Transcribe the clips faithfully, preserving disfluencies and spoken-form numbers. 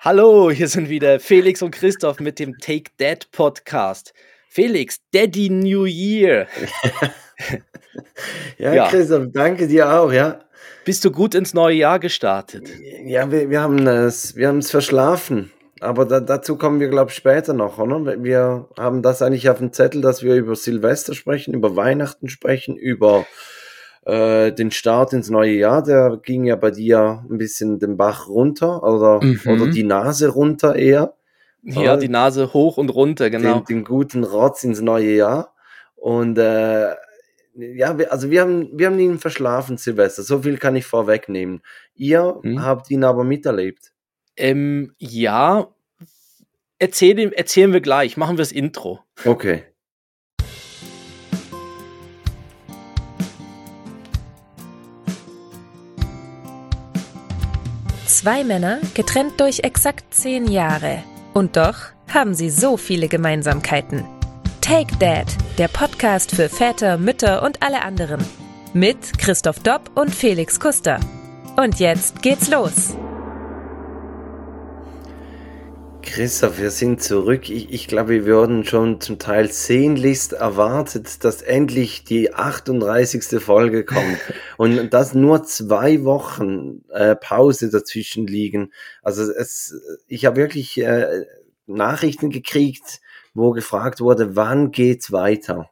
Hallo, hier sind wieder Felix und Christoph mit dem Take That Podcast. Felix, Daddy New Year. Ja, Ja, Christoph, danke dir auch, ja. bist du gut ins neue Jahr gestartet? Ja, wir, wir haben es, wir haben es verschlafen. Aber da, dazu kommen wir, glaube ich, später noch, oder? Wir haben das eigentlich auf dem Zettel, dass wir über Silvester sprechen, über Weihnachten sprechen, über äh, den Start ins neue Jahr. Der ging ja bei dir ein bisschen den Bach runter oder, oder Mhm. die Nase runter eher. Ja, die Oder? Nase hoch und runter, Den, genau. den guten Rotz ins neue Jahr. Und äh, ja, wir, also wir haben, wir haben ihn verschlafen, Silvester. So viel kann ich vorwegnehmen. Ihr Hm? habt ihn aber miterlebt. Ähm, ja, erzähl, erzählen wir gleich. Machen wir das Intro. Okay. Zwei Männer, getrennt durch exakt zehn Jahre. Und doch haben sie so viele Gemeinsamkeiten. Take That, der Podcast für Väter, Mütter und alle anderen. Mit Christoph Dopp und Felix Kuster. Und jetzt geht's los. Christoph, wir sind zurück. Ich, ich glaube, wir wurden schon zum Teil sehnlichst erwartet, dass endlich die achtunddreißigste Folge kommt. Und dass nur zwei Wochen äh, Pause dazwischen liegen. Also es, ich habe wirklich äh, Nachrichten gekriegt, wo gefragt wurde, wann geht's weiter?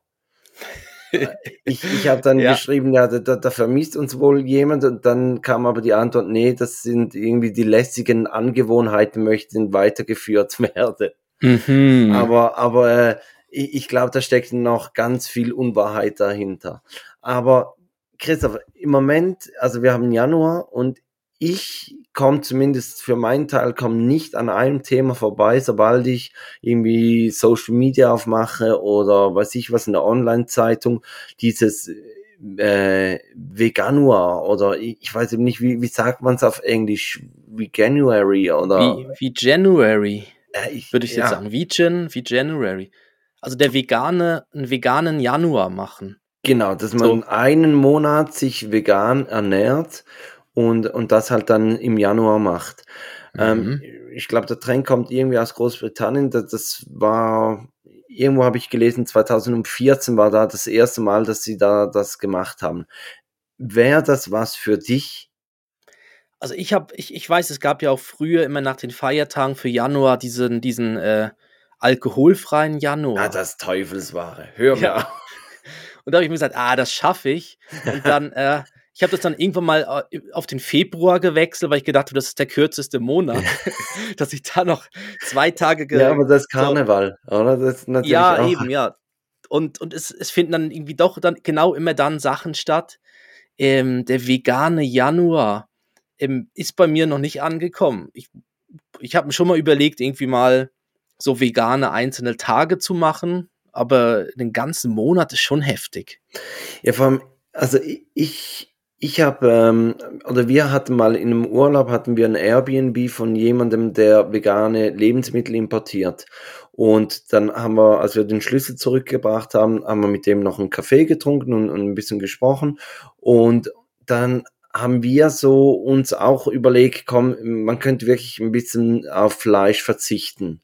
Ich, ich habe dann Ja. geschrieben, ja, da, da vermisst uns wohl jemand, und dann kam aber die Antwort, nee, das sind irgendwie die lästigen Angewohnheiten, möchten weitergeführt werden. Mhm. Aber, aber äh, ich, ich glaube, da steckt noch ganz viel Unwahrheit dahinter. Aber Christoph, im Moment, also wir haben Januar und ich komme zumindest für meinen Teil komme nicht an einem Thema vorbei, sobald ich irgendwie Social Media aufmache oder weiß ich was in der Online-Zeitung, dieses äh, Veganuar oder ich, ich weiß eben nicht, wie, wie sagt man es auf Englisch, Veganuary oder Wie, wie January, äh, ich, würde ich jetzt ja, sagen. Wie Jan, wie January. Also der vegane, einen veganen Januar machen. genau, dass So. man einen Monat sich vegan ernährt und, und das halt dann im Januar macht. Ähm, Mhm. ich glaube, der Trend kommt irgendwie aus Großbritannien. Das, das war, irgendwo habe ich gelesen, zweitausendvierzehn war da das erste Mal, dass sie da das gemacht haben. Wäre das was für dich? Also ich habe, ich, ich weiß, es gab ja auch früher immer nach den Feiertagen für Januar diesen, diesen äh, alkoholfreien Ah, Januar. das Teufelsware. Hör mir Ja. auf. Und da habe ich mir gesagt, ah, das schaffe ich. Und dann, äh, ich habe das dann irgendwann mal äh, auf den Februar gewechselt, weil ich gedacht habe, das ist der kürzeste Monat, dass ich da noch zwei Tage Ja, ge aber das ist so, Karneval, oder? Das ist natürlich ja, auch. eben, ja. Und, und es, es finden dann irgendwie doch dann genau immer dann Sachen statt. Ähm, der vegane Januar ähm, ist bei mir noch nicht angekommen. Ich, ich habe mir schon mal überlegt, irgendwie mal so vegane einzelne Tage zu machen, aber den ganzen Monat ist schon heftig. Ja, vor allem, also i- ich, ich habe, ähm, oder wir hatten mal in einem Urlaub, hatten wir ein Airbnb von jemandem, der vegane Lebensmittel importiert. Und dann haben wir, als wir den Schlüssel zurückgebracht haben, haben wir mit dem noch einen Kaffee getrunken und, und ein bisschen gesprochen. Und dann haben wir so uns auch überlegt, komm, man könnte wirklich ein bisschen auf Fleisch verzichten.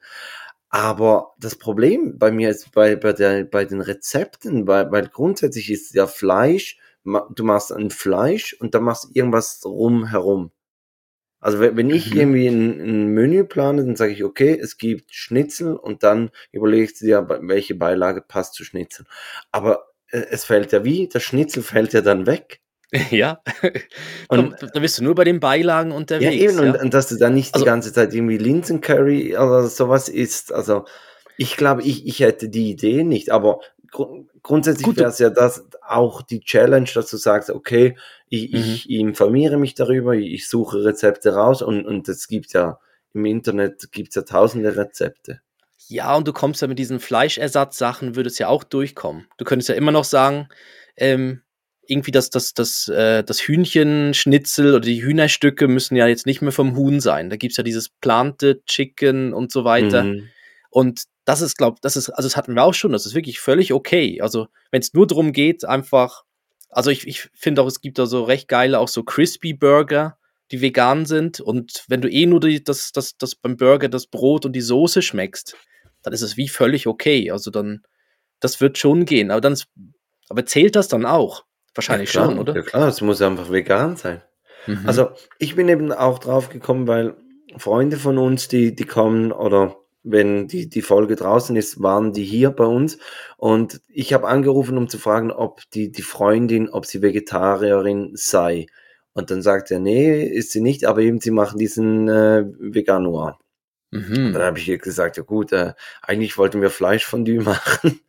Aber das Problem bei mir ist bei, bei, der, bei den Rezepten, weil, weil grundsätzlich ist ja Fleisch, ma- du machst ein Fleisch und dann machst du irgendwas drumherum. Also wenn, wenn ich Mhm. irgendwie ein, ein Menü plane, dann sage ich, okay, es gibt Schnitzel und dann überlegst du dir, welche Beilage passt zu Schnitzel. Aber äh, es fällt ja wie, das Schnitzel fällt ja dann weg. Ja, Und da, da bist du nur bei den Beilagen ja, eben, unterwegs, und, ja. und dass du dann nicht die Also, ganze Zeit irgendwie Linsencurry oder sowas isst. Also ich glaube, ich, ich hätte die Idee nicht, aber gru grundsätzlich gut, wäre du, es ja das auch die Challenge, dass du sagst, okay, ich, mhm. ich informiere mich darüber, ich suche Rezepte raus und, und es gibt ja im Internet gibt's ja tausende Rezepte. Ja, und du kommst ja mit diesen Fleischersatzsachen, würdest ja auch durchkommen. Du könntest ja immer noch sagen, ähm, irgendwie das, das, das, äh, das Hühnchenschnitzel oder die Hühnerstücke müssen ja jetzt nicht mehr vom Huhn sein. Da gibt's ja dieses Planted Chicken und so weiter. Mhm. Und das ist, glaube das ist, also das hatten wir auch schon, das ist wirklich völlig okay. Also, wenn es nur darum geht, einfach, also ich, ich finde auch, es gibt da so recht geile, auch so Crispy Burger, die vegan sind. Und wenn du eh nur die, das, das, das beim Burger das Brot und die Soße schmeckst, dann ist es wie völlig okay. Also dann, das wird schon gehen. Aber dann, ist, aber zählt das dann auch? Wahrscheinlich ja, klar, schon, oder? Ja klar, es muss einfach vegan sein. Mhm. Also ich bin eben auch drauf gekommen, weil Freunde von uns, die, die kommen oder wenn die, die Folge draußen ist, waren die hier bei uns und ich habe angerufen, um zu fragen, ob die, die Freundin, ob sie Vegetarierin sei. Und dann sagt er, nee, ist sie nicht, aber eben sie machen diesen äh, Veganuar. Mhm. Und dann habe ich ihr gesagt, ja gut, äh, eigentlich wollten wir Fleischfondue machen.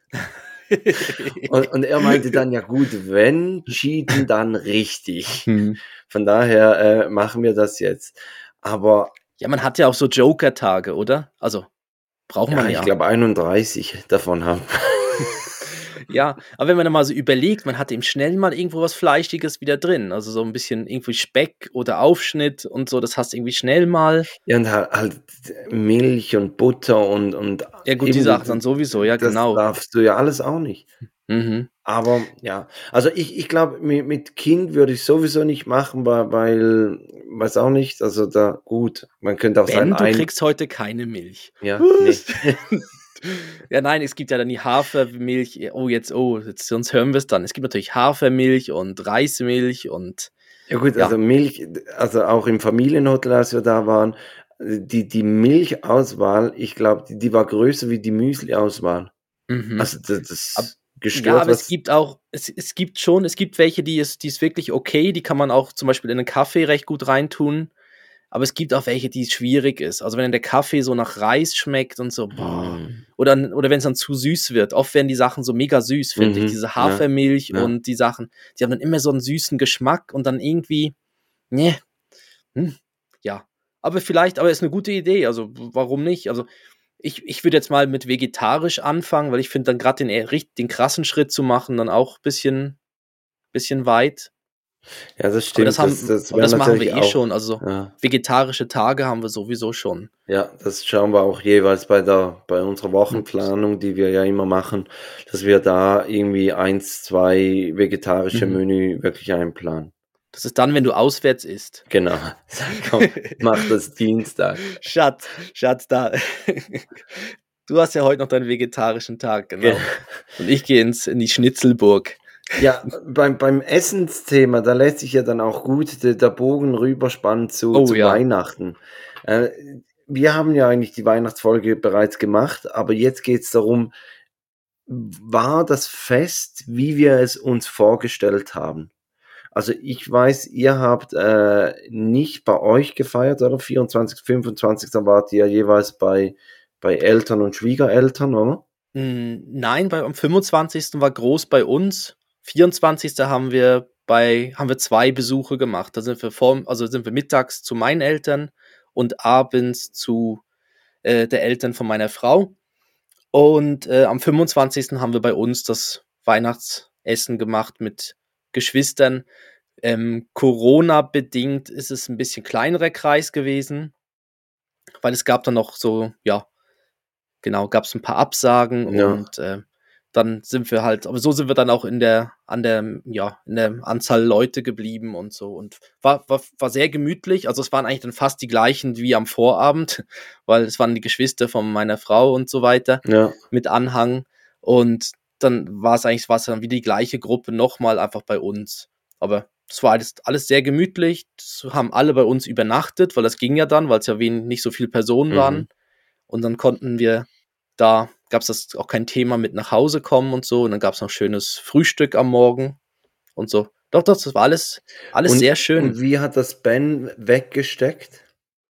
und, und er meinte dann, ja gut, wenn cheaten, dann richtig. Hm. Von daher äh, machen wir das jetzt. Aber ja, man hat ja auch so Joker-Tage, oder? Also braucht man ja, ja. ich glaube einunddreißig davon haben. Ja, aber wenn man dann mal so überlegt, man hat eben schnell mal irgendwo was Fleischiges wieder drin. Also so ein bisschen irgendwie Speck oder Aufschnitt und so, das hast du irgendwie schnell mal. Ja, und halt, halt Milch und Butter und, und Ja gut, die eben Sachen das, dann sowieso, ja das genau. darfst du ja alles auch nicht. Mhm. Aber ja, also ich, ich glaube, mit, mit Kind würde ich sowieso nicht machen, weil, weil, weiß auch nicht, also da, gut, man könnte auch Ben, sein du ein... kriegst heute keine Milch. Ja, nee. Ja, nein, es gibt ja dann die Hafermilch. Oh, jetzt, oh, jetzt, sonst hören wir es dann. Es gibt natürlich Hafermilch und Reismilch und Ja gut, ja. also Milch, also auch im Familienhotel, als wir da waren, die, die Milchauswahl, ich glaube, die, die war größer wie die Müsli-Auswahl. Mhm. Also das, das Ab, ist gestört. ja, aber was, es gibt auch, es, es gibt schon, es gibt welche, die ist, die ist wirklich okay, die kann man auch zum Beispiel in einen Kaffee recht gut reintun. Aber es gibt auch welche, die schwierig ist. Also wenn der Kaffee so nach Reis schmeckt und so, boah. Mm. Oder, oder wenn es dann zu süß wird. Oft werden die Sachen so mega süß, finde Mhm, ich. Diese Hafermilch ja, ja. und die Sachen, die haben dann immer so einen süßen Geschmack und dann irgendwie, ne, hm, ja. Aber vielleicht, aber ist eine gute Idee. Also w- warum nicht? Also ich, ich würde jetzt mal mit vegetarisch anfangen, weil ich finde dann gerade den, eher richt- den krassen Schritt zu machen dann auch ein bisschen, bisschen weit. Ja, das Aber stimmt. das Das, haben, das aber wäre das machen wir natürlich eh auch. schon. Also Ja, vegetarische Tage haben wir sowieso schon. ja, das schauen wir auch jeweils bei der, bei unserer Hm. Wochenplanung, die wir ja immer machen, dass wir da irgendwie eins, zwei vegetarische Mhm. Menü wirklich einplanen. Das ist dann, wenn du auswärts isst. Genau. Komm, mach das Dienstag. Schatz, Schatz, da. Du hast ja heute noch deinen vegetarischen Tag, genau. Ge- Und ich gehe ins, in die Schnitzelburg. Ja, beim, beim Essensthema, da lässt sich ja dann auch gut der, der Bogen rüberspannen zu, Oh zu ja. Weihnachten. Äh, wir haben ja eigentlich die Weihnachtsfolge bereits gemacht, aber jetzt geht es darum, war das Fest, wie wir es uns vorgestellt haben? Also ich weiß, ihr habt äh, nicht bei euch gefeiert, oder? vierundzwanzig, fünfundzwanzig, da wart ihr jeweils bei, bei Eltern und Schwiegereltern, oder? Hm, Nein, bei, am fünfundzwanzigsten war groß bei uns. vierundzwanzigsten haben wir bei, haben wir zwei Besuche gemacht. Da sind wir vor, also sind wir mittags zu meinen Eltern und abends zu äh, der Eltern von meiner Frau. Und äh, am fünfundzwanzigsten haben wir bei uns das Weihnachtsessen gemacht mit Geschwistern. Ähm, Corona-bedingt ist es ein bisschen kleinerer Kreis gewesen, weil es gab dann noch so, ja, genau, gab es ein paar Absagen Ja. und äh, dann sind wir halt, aber so sind wir dann auch in der, an der, ja, in der Anzahl Leute geblieben und so und war, war, war sehr gemütlich. Also es waren eigentlich dann fast die gleichen wie am Vorabend, weil es waren die Geschwister von meiner Frau und so weiter Ja. mit Anhang und dann war es eigentlich, war es dann wie die gleiche Gruppe nochmal einfach bei uns. Aber es war alles, alles sehr gemütlich, das haben alle bei uns übernachtet, weil das ging ja dann, weil es ja wen, nicht so viele Personen waren. Mhm. Und dann konnten wir, da gab es das auch kein Thema mit nach Hause kommen und so. Und dann gab es noch schönes Frühstück am Morgen und so. Doch, doch, das war alles, alles Und, sehr schön. und wie hat das Ben weggesteckt?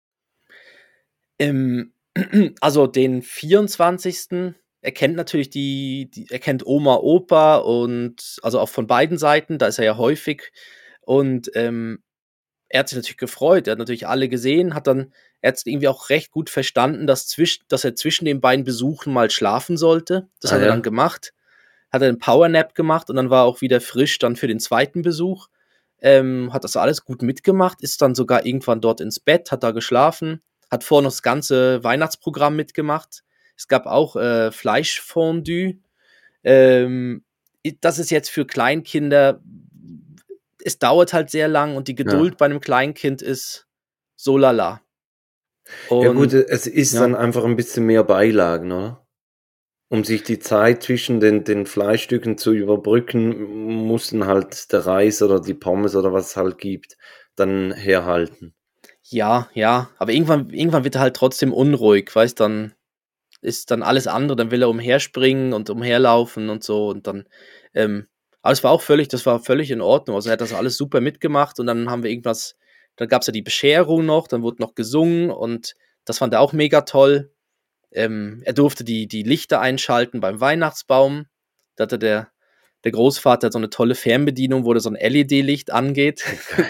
Ähm, also den vierundzwanzigsten Er kennt natürlich die, die, er kennt Oma, Opa und also auch von beiden Seiten, da ist er ja häufig. Und ähm, er hat sich natürlich gefreut, er hat natürlich alle gesehen, hat dann, er hat irgendwie auch recht gut verstanden, dass, zwisch, dass er zwischen den beiden Besuchen mal schlafen sollte. Das Ah, hat er ja. dann gemacht. Hat er einen Powernap gemacht und dann war er auch wieder frisch dann für den zweiten Besuch. Ähm, hat das alles gut mitgemacht, ist dann sogar irgendwann dort ins Bett, hat da geschlafen, hat vorher noch das ganze Weihnachtsprogramm mitgemacht. Es gab auch äh, Fleischfondue. Ähm, das ist jetzt für Kleinkinder, es dauert halt sehr lang und die Geduld Ja. bei einem Kleinkind ist so lala. Ja gut, Und es ist ja. dann einfach ein bisschen mehr Beilagen, oder? Um sich die Zeit zwischen den, den Fleischstücken zu überbrücken, mussten halt der Reis oder die Pommes oder was es halt gibt, dann herhalten. Ja, ja, aber irgendwann, irgendwann wird er halt trotzdem unruhig, weißt, dann ist dann alles andere, dann will er umherspringen und umherlaufen und so und dann, ähm, aber es war auch völlig, das war völlig in Ordnung, also er hat das alles super mitgemacht und dann haben wir irgendwas, dann gab es ja die Bescherung noch, dann wurde noch gesungen und das fand er auch mega toll. Ähm, er durfte die, die Lichter einschalten beim Weihnachtsbaum, da hatte der, der Großvater so eine tolle Fernbedienung, wo da so ein L E D-Licht angeht.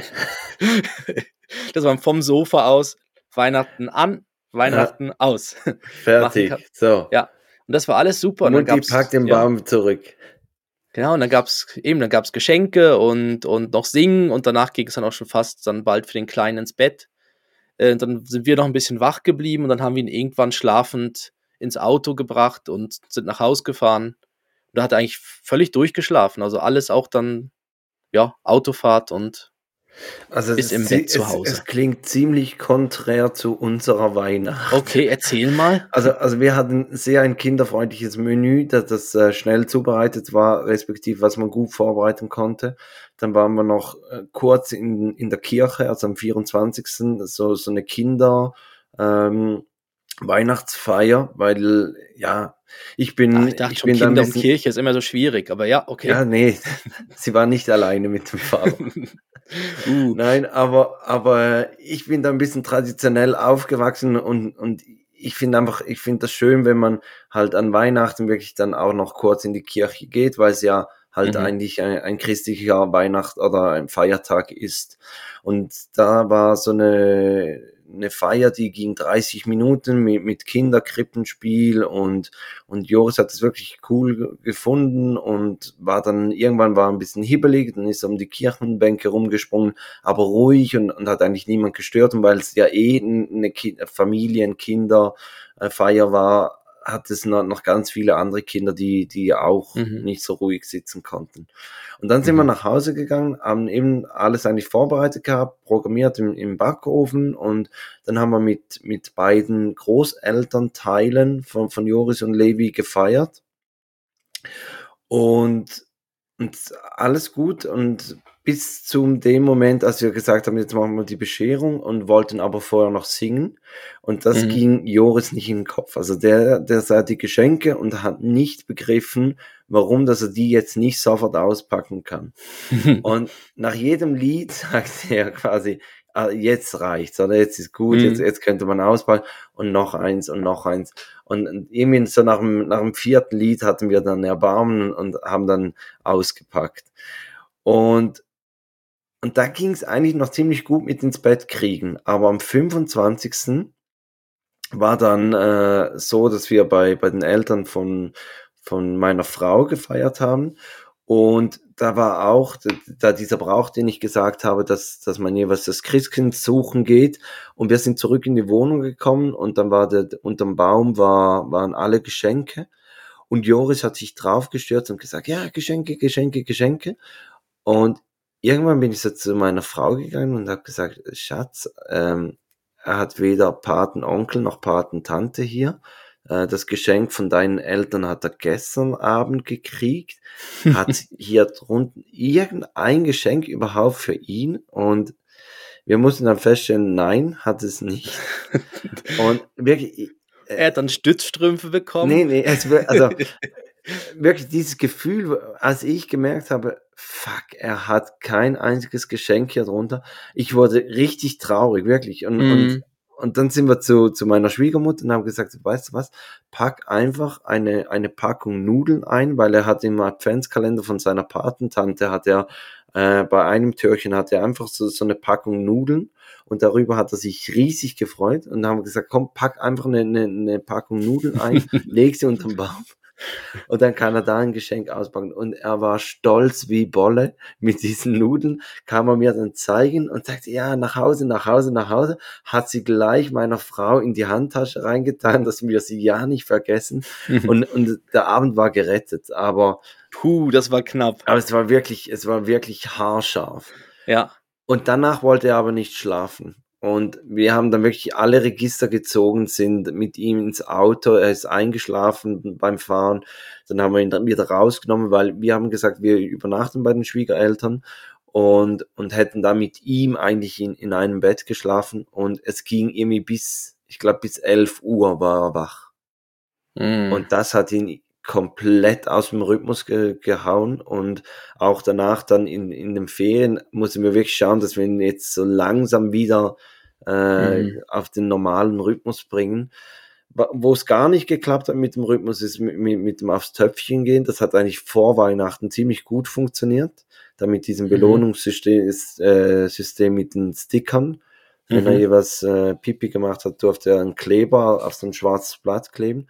Dass man vom Sofa aus Weihnachten an, Weihnachten Ja, aus machen fertig. kann. So. Ja, und das war alles super. Und dann Mutti gab's, packt den ja, Baum zurück. genau, und dann gab's eben, dann gab's Geschenke und, und noch Singen und danach ging es dann auch schon fast dann bald für den Kleinen ins Bett. Äh, dann sind wir noch ein bisschen wach geblieben und dann haben wir ihn irgendwann schlafend ins Auto gebracht und sind nach Haus gefahren. Und da hat er eigentlich völlig durchgeschlafen. Also alles auch dann, ja, Autofahrt und Also ist es, im zie- Bett zu es, Hause. es klingt ziemlich konträr zu unserer Weihnacht. Okay, erzähl mal. Also, also wir hatten sehr ein kinderfreundliches Menü, das, das äh, schnell zubereitet war, respektive was man gut vorbereiten konnte. Dann waren wir noch äh, kurz in, in der Kirche, also am vierundzwanzigsten so, so eine Kinder ähm, Weihnachtsfeier, weil ja, ich Ach, bin, ich dachte ich schon, bin da ein Kinder und bisschen, Kirche ist immer so schwierig, aber ja, okay. ja, nee, sie war nicht alleine mit dem Vater. uh, Nein, aber, aber ich bin da ein bisschen traditionell aufgewachsen und, und ich finde einfach, ich finde das schön, wenn man halt an Weihnachten wirklich dann auch noch kurz in die Kirche geht, weil es ja halt mhm. eigentlich ein, ein christlicher Weihnacht oder ein Feiertag ist. Und da war so eine, eine Feier, die ging dreißig Minuten mit, mit Kinderkrippenspiel und, und Joris hat es wirklich cool ge- gefunden und war dann, irgendwann war ein bisschen hibbelig, dann ist er um die Kirchenbänke rumgesprungen, aber ruhig und, und hat eigentlich niemand gestört und weil es ja eh eine Ki- Familien-, Kinderfeier war, hat es noch, noch ganz viele andere Kinder, die, die auch Mhm. nicht so ruhig sitzen konnten. Und dann sind wir Mhm. nach Hause gegangen, haben eben alles eigentlich vorbereitet gehabt, programmiert im, im Backofen und dann haben wir mit, mit beiden Großelternteilen von, von Joris und Levi gefeiert. Und, und alles gut und bis zu dem Moment, als wir gesagt haben, jetzt machen wir die Bescherung und wollten aber vorher noch singen und das Mhm. ging Joris nicht in den Kopf. Also der, der sah die Geschenke und hat nicht begriffen, warum, dass er die jetzt nicht sofort auspacken kann. Und nach jedem Lied sagt er quasi, ah, jetzt reicht's, oder jetzt ist gut, jetzt, Mhm. jetzt könnte man auspacken und noch eins und noch eins. Und und irgendwie so nach dem, nach dem vierten Lied hatten wir dann Erbarmen und haben dann ausgepackt. Und, und da ging es eigentlich noch ziemlich gut mit ins Bett kriegen. Aber am fünfundzwanzigsten war dann äh, so, dass wir bei, bei den Eltern von, von meiner Frau gefeiert haben. Und da war auch d- da dieser Brauch, den ich gesagt habe, dass, dass man jeweils das Christkind suchen geht. Und wir sind zurück in die Wohnung gekommen und dann war der, unterm Baum war, waren alle Geschenke. Und Joris hat sich draufgestürzt und gesagt, ja, Geschenke, Geschenke, Geschenke. Und irgendwann bin ich so zu meiner Frau gegangen und habe gesagt, Schatz, ähm, er hat weder Patenonkel noch Patentante hier. Äh, das Geschenk von deinen Eltern hat er gestern Abend gekriegt. Hat hier drunten irgendein Geschenk überhaupt für ihn? Und wir mussten dann feststellen, nein, hat es nicht. Und wirklich, Er hat dann Stützstrümpfe bekommen. nee, nee, es wird, also wirklich dieses Gefühl, als ich gemerkt habe, fuck, er hat kein einziges Geschenk hier drunter. Ich wurde richtig traurig, wirklich. Und, und, Mhm. und dann sind wir zu, zu meiner Schwiegermutter und haben gesagt, weißt du was, pack einfach eine, eine Packung Nudeln ein, weil er hat im Adventskalender von seiner Patentante, hat er, äh, bei einem Türchen hat er einfach so, so eine Packung Nudeln und darüber hat er sich riesig gefreut und dann haben wir gesagt, komm, pack einfach eine, eine, eine Packung Nudeln ein, leg sie unterm Baum. Und dann kann er da ein Geschenk auspacken. Und er war stolz wie Bolle mit diesen Nudeln, kam er mir dann zeigen und sagte, ja, nach Hause, nach Hause, nach Hause. Hat sie gleich meiner Frau in die Handtasche reingetan, dass wir sie ja nicht vergessen. Und, und der Abend war gerettet. Aber, Puh, das war knapp. aber es war wirklich, es war wirklich haarscharf. Ja. Und danach wollte er aber nicht schlafen. Und wir haben dann wirklich alle Register gezogen, sind mit ihm ins Auto, er ist eingeschlafen beim Fahren. Dann haben wir ihn dann wieder rausgenommen, weil wir haben gesagt, wir übernachten bei den Schwiegereltern und, und hätten da mit ihm eigentlich in, in einem Bett geschlafen. Und es ging irgendwie bis, ich glaube bis elf Uhr war er wach. Mm. Und das hat ihn komplett aus dem Rhythmus ge- gehauen und auch danach dann in, in den Ferien mussten wir wirklich schauen, dass wir ihn jetzt so langsam wieder äh, Mhm. auf den normalen Rhythmus bringen. Wa- Wo es gar nicht geklappt hat mit dem Rhythmus, ist mit, mit, mit dem aufs Töpfchen gehen. Das hat eigentlich vor Weihnachten ziemlich gut funktioniert, da mit diesem Mhm. Belohnungssystem ist, äh, System mit den Stickern. Wenn er Mhm. jeweils äh, Pipi gemacht hat, durfte er einen Kleber auf so ein schwarzes Blatt kleben.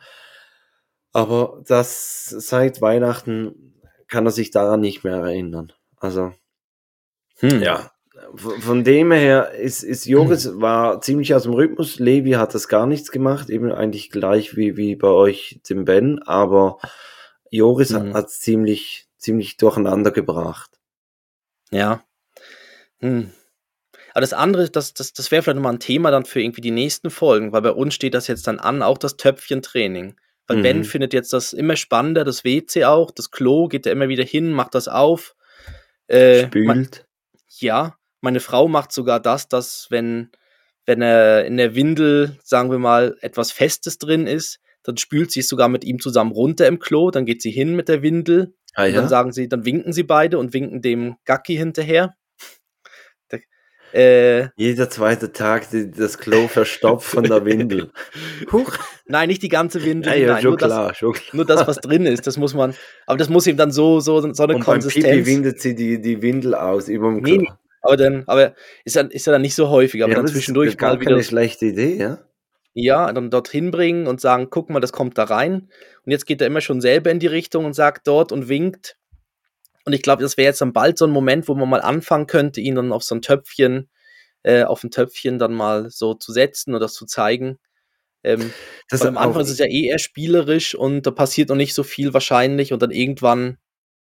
Aber das seit Weihnachten kann er sich daran nicht mehr erinnern. Also, Hm. ja. Von von dem her ist, ist Joris war ziemlich aus dem Rhythmus. Levi hat das gar nichts gemacht, eben eigentlich gleich wie, wie bei euch dem Ben, aber Joris hat Mhm. es ziemlich, ziemlich durcheinander gebracht. Ja. Hm. Aber das andere, das, das, das wäre vielleicht nochmal ein Thema dann für irgendwie die nächsten Folgen, weil bei uns steht das jetzt dann an, auch das Töpfchentraining. Weil Ben Mhm. findet jetzt das immer spannender, das W C auch, das Klo, geht er immer wieder hin, macht das auf. Äh, mein, Spült. ja, meine Frau macht sogar das, dass wenn, wenn er in der Windel, sagen wir mal, etwas Festes drin ist, dann spült sie es sogar mit ihm zusammen runter im Klo, dann geht sie hin mit der Windel Ah und dann ja? sagen sie, dann winken sie beide und winken dem Gacki hinterher. Der, äh, Jeder zweite Tag die, das Klo verstopft von der Windel. Huch. Nein, nicht die ganze Windel Ja, ja, hinein, schon nur das, klar, schon nur das, klar. was drin ist. Das muss man, aber das muss ihm dann so, so, so eine Und beim Pipi Konsistenz. windet sie die, die Windel aus über dem Nee, Klo. nee, aber dann, aber ist ja, ist ja dann nicht so häufig, aber Ja, dann das ist zwischendurch gar mal wieder, keine schlechte Idee, ja? ja, dann dorthin bringen und sagen, guck mal, das kommt da rein. Und jetzt geht er immer schon selber in die Richtung und sagt dort und winkt. Und ich glaube, das wäre jetzt dann bald so ein Moment, wo man mal anfangen könnte, ihn dann auf so ein Töpfchen, äh, auf ein Töpfchen dann mal so zu setzen oder das zu zeigen. Ähm, Das weil am Anfang auch, ist es ja eh eher spielerisch und da passiert noch nicht so viel wahrscheinlich und dann irgendwann,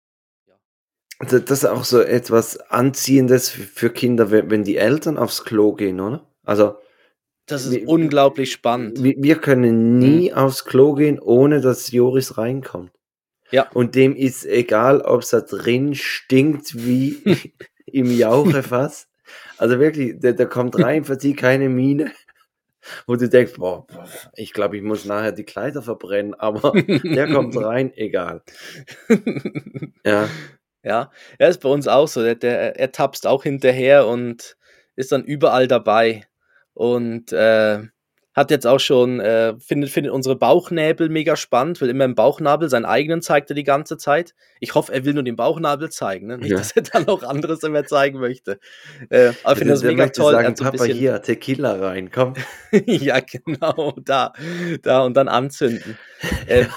also das ist auch so etwas Anziehendes für für Kinder, wenn, wenn die Eltern aufs Klo gehen, oder? Also das ist wir, unglaublich spannend. wir, wir können Mhm. nie aufs Klo gehen, ohne dass Joris reinkommt. Ja. Und dem ist egal, ob es da drin stinkt wie im Jauchefass. Also wirklich, der, der kommt rein, verzieht keine Miene. Wo du denkst, boah, boah, ich glaube, ich muss nachher die Kleider verbrennen, aber der kommt rein, egal. Ja, Ja, er ist bei uns auch so. Der, der, er tapst auch hinterher und ist dann überall dabei. Und äh, hat jetzt auch schon, äh, findet, findet unsere Bauchnäbel mega spannend, will immer im Bauchnabel, seinen eigenen zeigt er die ganze Zeit. Ich hoffe, er will nur den Bauchnabel zeigen, ne? Nicht, ja. dass er dann auch anderes immer zeigen möchte. Äh, aber ich finde Der, das der mega möchte toll. Er sagen, hat so ein Papa, bisschen, hier, Tequila rein, komm. ja, genau, da, da und dann anzünden. Ähm,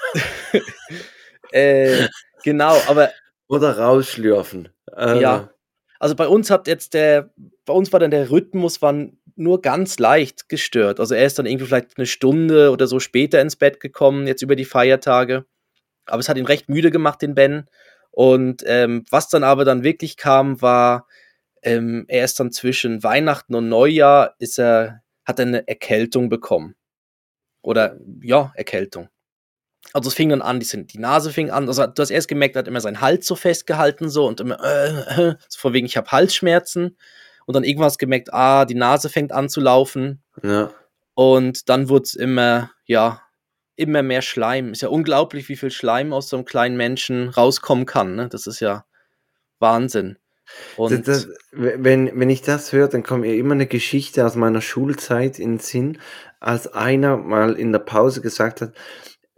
äh, genau, aber Oder rausschlürfen. Also, ja, also bei uns hat jetzt der, bei uns war dann der Rhythmus war nur ganz leicht gestört. Also er ist dann irgendwie vielleicht eine Stunde oder so später ins Bett gekommen, jetzt über die Feiertage. Aber es hat ihn recht müde gemacht, den Ben. Und ähm, was dann aber dann wirklich kam, war, ähm, er ist dann zwischen Weihnachten und Neujahr, ist er, hat er eine Erkältung bekommen. Oder ja, Erkältung. Also es fing dann an, die, sind, die Nase fing an, also du hast erst gemerkt, er hat immer seinen Hals so festgehalten so und immer, äh, äh, so von wegen, ich habe Halsschmerzen und dann irgendwas gemerkt, ah, die Nase fängt an zu laufen ja. und dann wurde es immer, ja, immer mehr Schleim. Ist ja unglaublich, wie viel Schleim aus so einem kleinen Menschen rauskommen kann, ne? Das ist ja Wahnsinn. Das, Und das, wenn, wenn ich das höre, dann kommt mir immer eine Geschichte aus meiner Schulzeit in den Sinn, als einer mal in der Pause gesagt hat,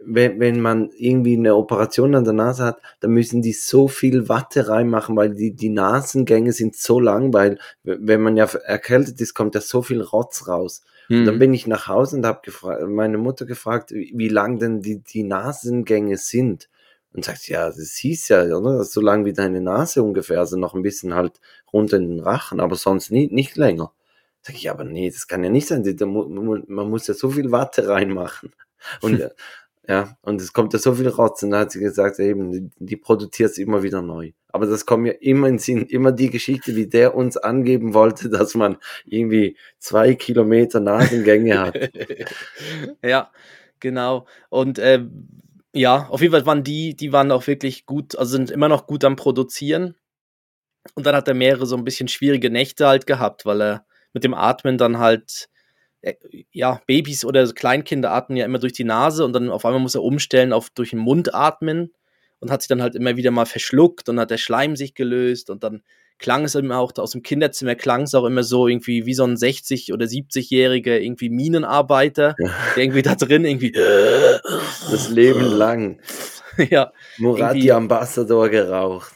wenn, wenn man irgendwie eine Operation an der Nase hat, dann müssen die so viel Watte reinmachen, weil die, die Nasengänge sind so lang, weil wenn man ja erkältet ist, kommt ja so viel Rotz raus. Und dann Mhm. bin ich nach Hause und habe gefra- meine Mutter gefragt, wie, wie lang denn die, die Nasengänge sind. Und sagt, ja, das hieß ja, oder? So lang wie deine Nase ungefähr, also noch ein bisschen halt runter in den Rachen, aber sonst nie, nicht länger. Sag ich, aber nee, das kann ja nicht sein. Da mu- mu- Man muss ja so viel Watte reinmachen. Und äh, ja, und es kommt ja so viel Rotz. Und da hat sie gesagt, eben, die, die produziert es immer wieder neu. Aber das kommt mir immer in den Sinn, immer die Geschichte, wie der uns angeben wollte, dass man irgendwie zwei Kilometer Nasengänge hat. Ja, genau. Und ähm, ja, auf jeden Fall waren die, die waren auch wirklich gut, also sind immer noch gut am Produzieren. Und dann hat er mehrere so ein bisschen schwierige Nächte halt gehabt, weil er mit dem Atmen dann halt, äh, ja, Babys oder so Kleinkinder atmen ja immer durch die Nase und dann auf einmal muss er umstellen auf durch den Mund atmen und hat sich dann halt immer wieder mal verschluckt und hat der Schleim sich gelöst und dann klang es immer auch aus dem Kinderzimmer, klang es auch immer so irgendwie wie so ein sechzig- oder siebzig-jähriger irgendwie Minenarbeiter, der irgendwie da drin irgendwie Das Leben lang. ja, Murati irgendwie Ambassador geraucht.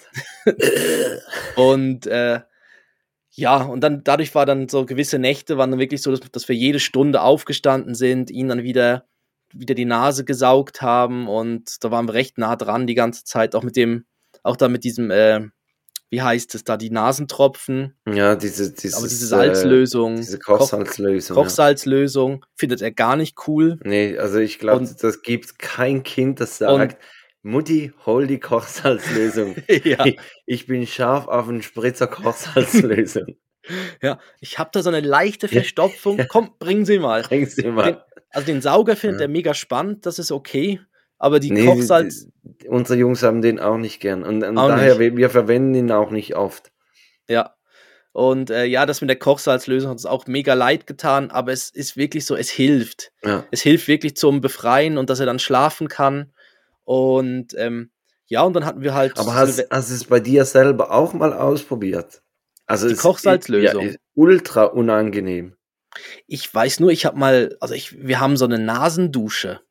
und äh, ja, und dann dadurch war dann so gewisse Nächte waren dann wirklich so, dass, dass wir jede Stunde aufgestanden sind, ihn dann wieder, wieder die Nase gesaugt haben und da waren wir recht nah dran die ganze Zeit, auch mit dem, auch da mit diesem, äh, wie heißt es da, die Nasentropfen, Ja, diese, aber diese dieses, äh, Salzlösung, diese Koch, Kochsalzlösung. Ja. Kochsalzlösung, findet er gar nicht cool. Nee, also ich glaube, Und, das gibt kein Kind, das und sagt, Mutti, hol die Kochsalzlösung. ja, Ich, ich bin scharf auf einen Spritzer Kochsalzlösung. ja, ich habe da so eine leichte Ja, Verstopfung, ja, komm, bring sie mal. bring sie Den, mal. also den Sauger findet Ja. er mega spannend, das ist okay, aber die Nee, die, Kochsalz die, unsere Jungs haben den auch nicht gern. Und, und auch daher, nicht. wir, wir verwenden ihn auch nicht oft. Ja. Und äh, ja, das mit der Kochsalzlösung hat uns auch mega leid getan, aber es ist wirklich so, es hilft. Ja. Es hilft wirklich zum Befreien und dass er dann schlafen kann. Und ähm, ja, und dann hatten wir halt Aber Silve hast, hast du es bei dir selber auch mal ausprobiert? Also die es ist, ja, Kochsalzlösung. ist ultra unangenehm. Ich weiß nur, ich habe mal, also ich, wir haben so eine Nasendusche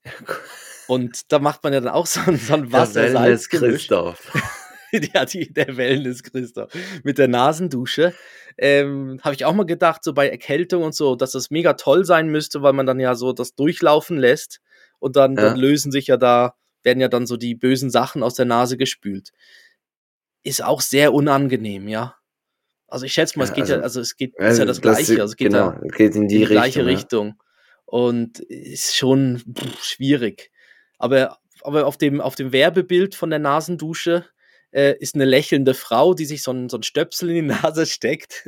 und da macht man ja dann auch so ein, so ein Der Wasser-Salz-Gemisch. Wellness-Christoph. Ja, die, der Wellness-Christoph mit der Nasendusche. Ähm, habe ich auch mal gedacht, so bei Erkältung und so, dass das mega toll sein müsste, weil man dann ja so das durchlaufen lässt und dann, dann Ja. lösen sich ja da, werden ja dann so die bösen Sachen aus der Nase gespült. Ist auch sehr unangenehm, ja. Also ich schätze mal, es Ja, geht ja, also, also es geht, ist ja also das das, Gleiche, also es geht genau, ja geht in in die die gleiche Richtung, ja. Richtung und ist schon pff, schwierig. Aber, aber auf dem, auf dem Werbebild von der Nasendusche äh, ist eine lächelnde Frau, die sich so ein, so ein Stöpsel in die Nase steckt.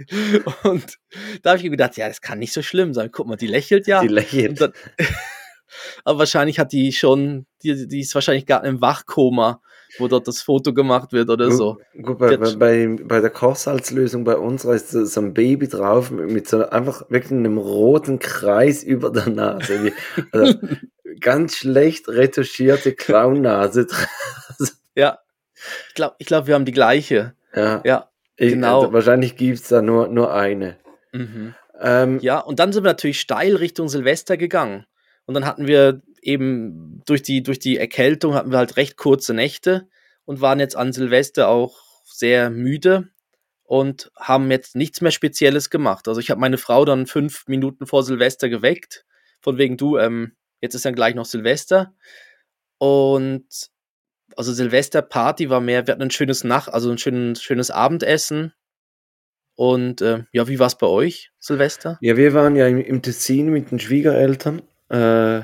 Und da habe ich mir gedacht, ja, das kann nicht so schlimm sein. Guck mal, die lächelt Die ja. Und lächelt. dann, aber wahrscheinlich hat die schon, die, die ist wahrscheinlich gar im Wachkoma, wo dort das Foto gemacht wird oder Gut, so. gut Die bei, hat, bei, bei bei der Kochsalzlösung bei unserer ist so so ein Baby drauf mit, mit so einfach wirklich einem roten Kreis über der Nase. Wie, also ganz schlecht retuschierte Clownnase. Also, ja, ich glaube, ich glaub, wir haben die gleiche. ja, Ja, ich, also genau. wahrscheinlich gibt's da nur, nur eine. Mhm. Ähm, Ja, und dann sind wir natürlich steil Richtung Silvester gegangen. Und dann hatten wir eben durch die, durch die Erkältung hatten wir halt recht kurze Nächte und waren jetzt an Silvester auch sehr müde und haben jetzt nichts mehr Spezielles gemacht. Also ich habe meine Frau dann fünf Minuten vor Silvester geweckt, von wegen du, ähm, jetzt ist dann gleich noch Silvester. Und also Silvesterparty war mehr, wir hatten ein schönes Nacht, also ein schönes, schönes Abendessen. Und äh, ja, wie war es bei euch, Silvester? ja, wir waren ja im, im Tessin mit den Schwiegereltern. Äh,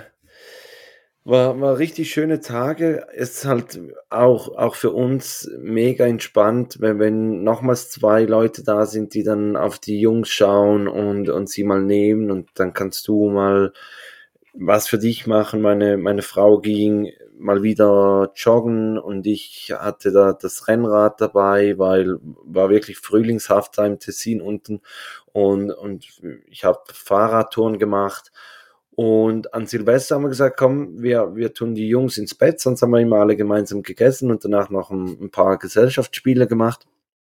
War, war richtig schöne Tage. Es ist halt auch, auch für uns mega entspannt, wenn, wenn nochmals zwei Leute da sind, die dann auf die Jungs schauen und, und sie mal nehmen und dann kannst du mal was für dich machen. Meine, meine Frau ging mal wieder joggen und ich hatte da das Rennrad dabei, weil war wirklich frühlingshaft da im Tessin unten und, und ich habe Fahrradtouren gemacht. Und an Silvester haben wir gesagt, komm, wir, wir tun die Jungs ins Bett, sonst haben wir immer alle gemeinsam gegessen und danach noch ein, ein paar Gesellschaftsspiele gemacht.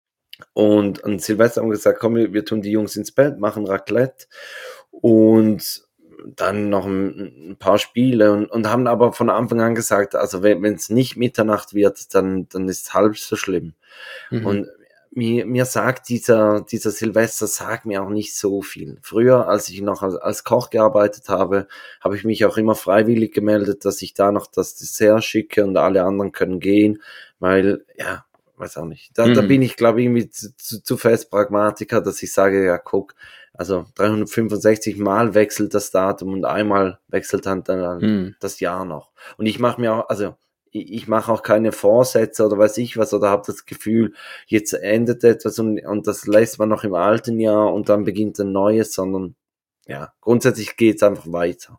Und an Silvester haben wir gesagt, komm, wir, wir tun die Jungs ins Bett, machen Raclette und dann noch ein, ein paar Spiele und, und haben aber von Anfang an gesagt, also wenn es nicht Mitternacht wird, dann, dann ist es halb so schlimm. Mhm. Und mir, mir sagt dieser, dieser Silvester, sagt mir auch nicht so viel. Früher, als ich noch als, als Koch gearbeitet habe, habe ich mich auch immer freiwillig gemeldet, dass ich da noch das Dessert schicke und alle anderen können gehen, weil, ja, weiß auch nicht. Da, mhm. da bin ich, glaube ich, irgendwie zu, zu, zu fest Pragmatiker, dass ich sage, ja, guck, also dreihundertfünfundsechzig Mal wechselt das Datum und einmal wechselt dann, dann mhm. das Jahr noch. Und ich mache mir auch, also ich, ich mache auch keine Vorsätze oder weiß ich was oder habe das Gefühl, jetzt endet etwas und, und das lässt man noch im alten Jahr und dann beginnt ein neues, sondern ja, grundsätzlich geht's einfach weiter.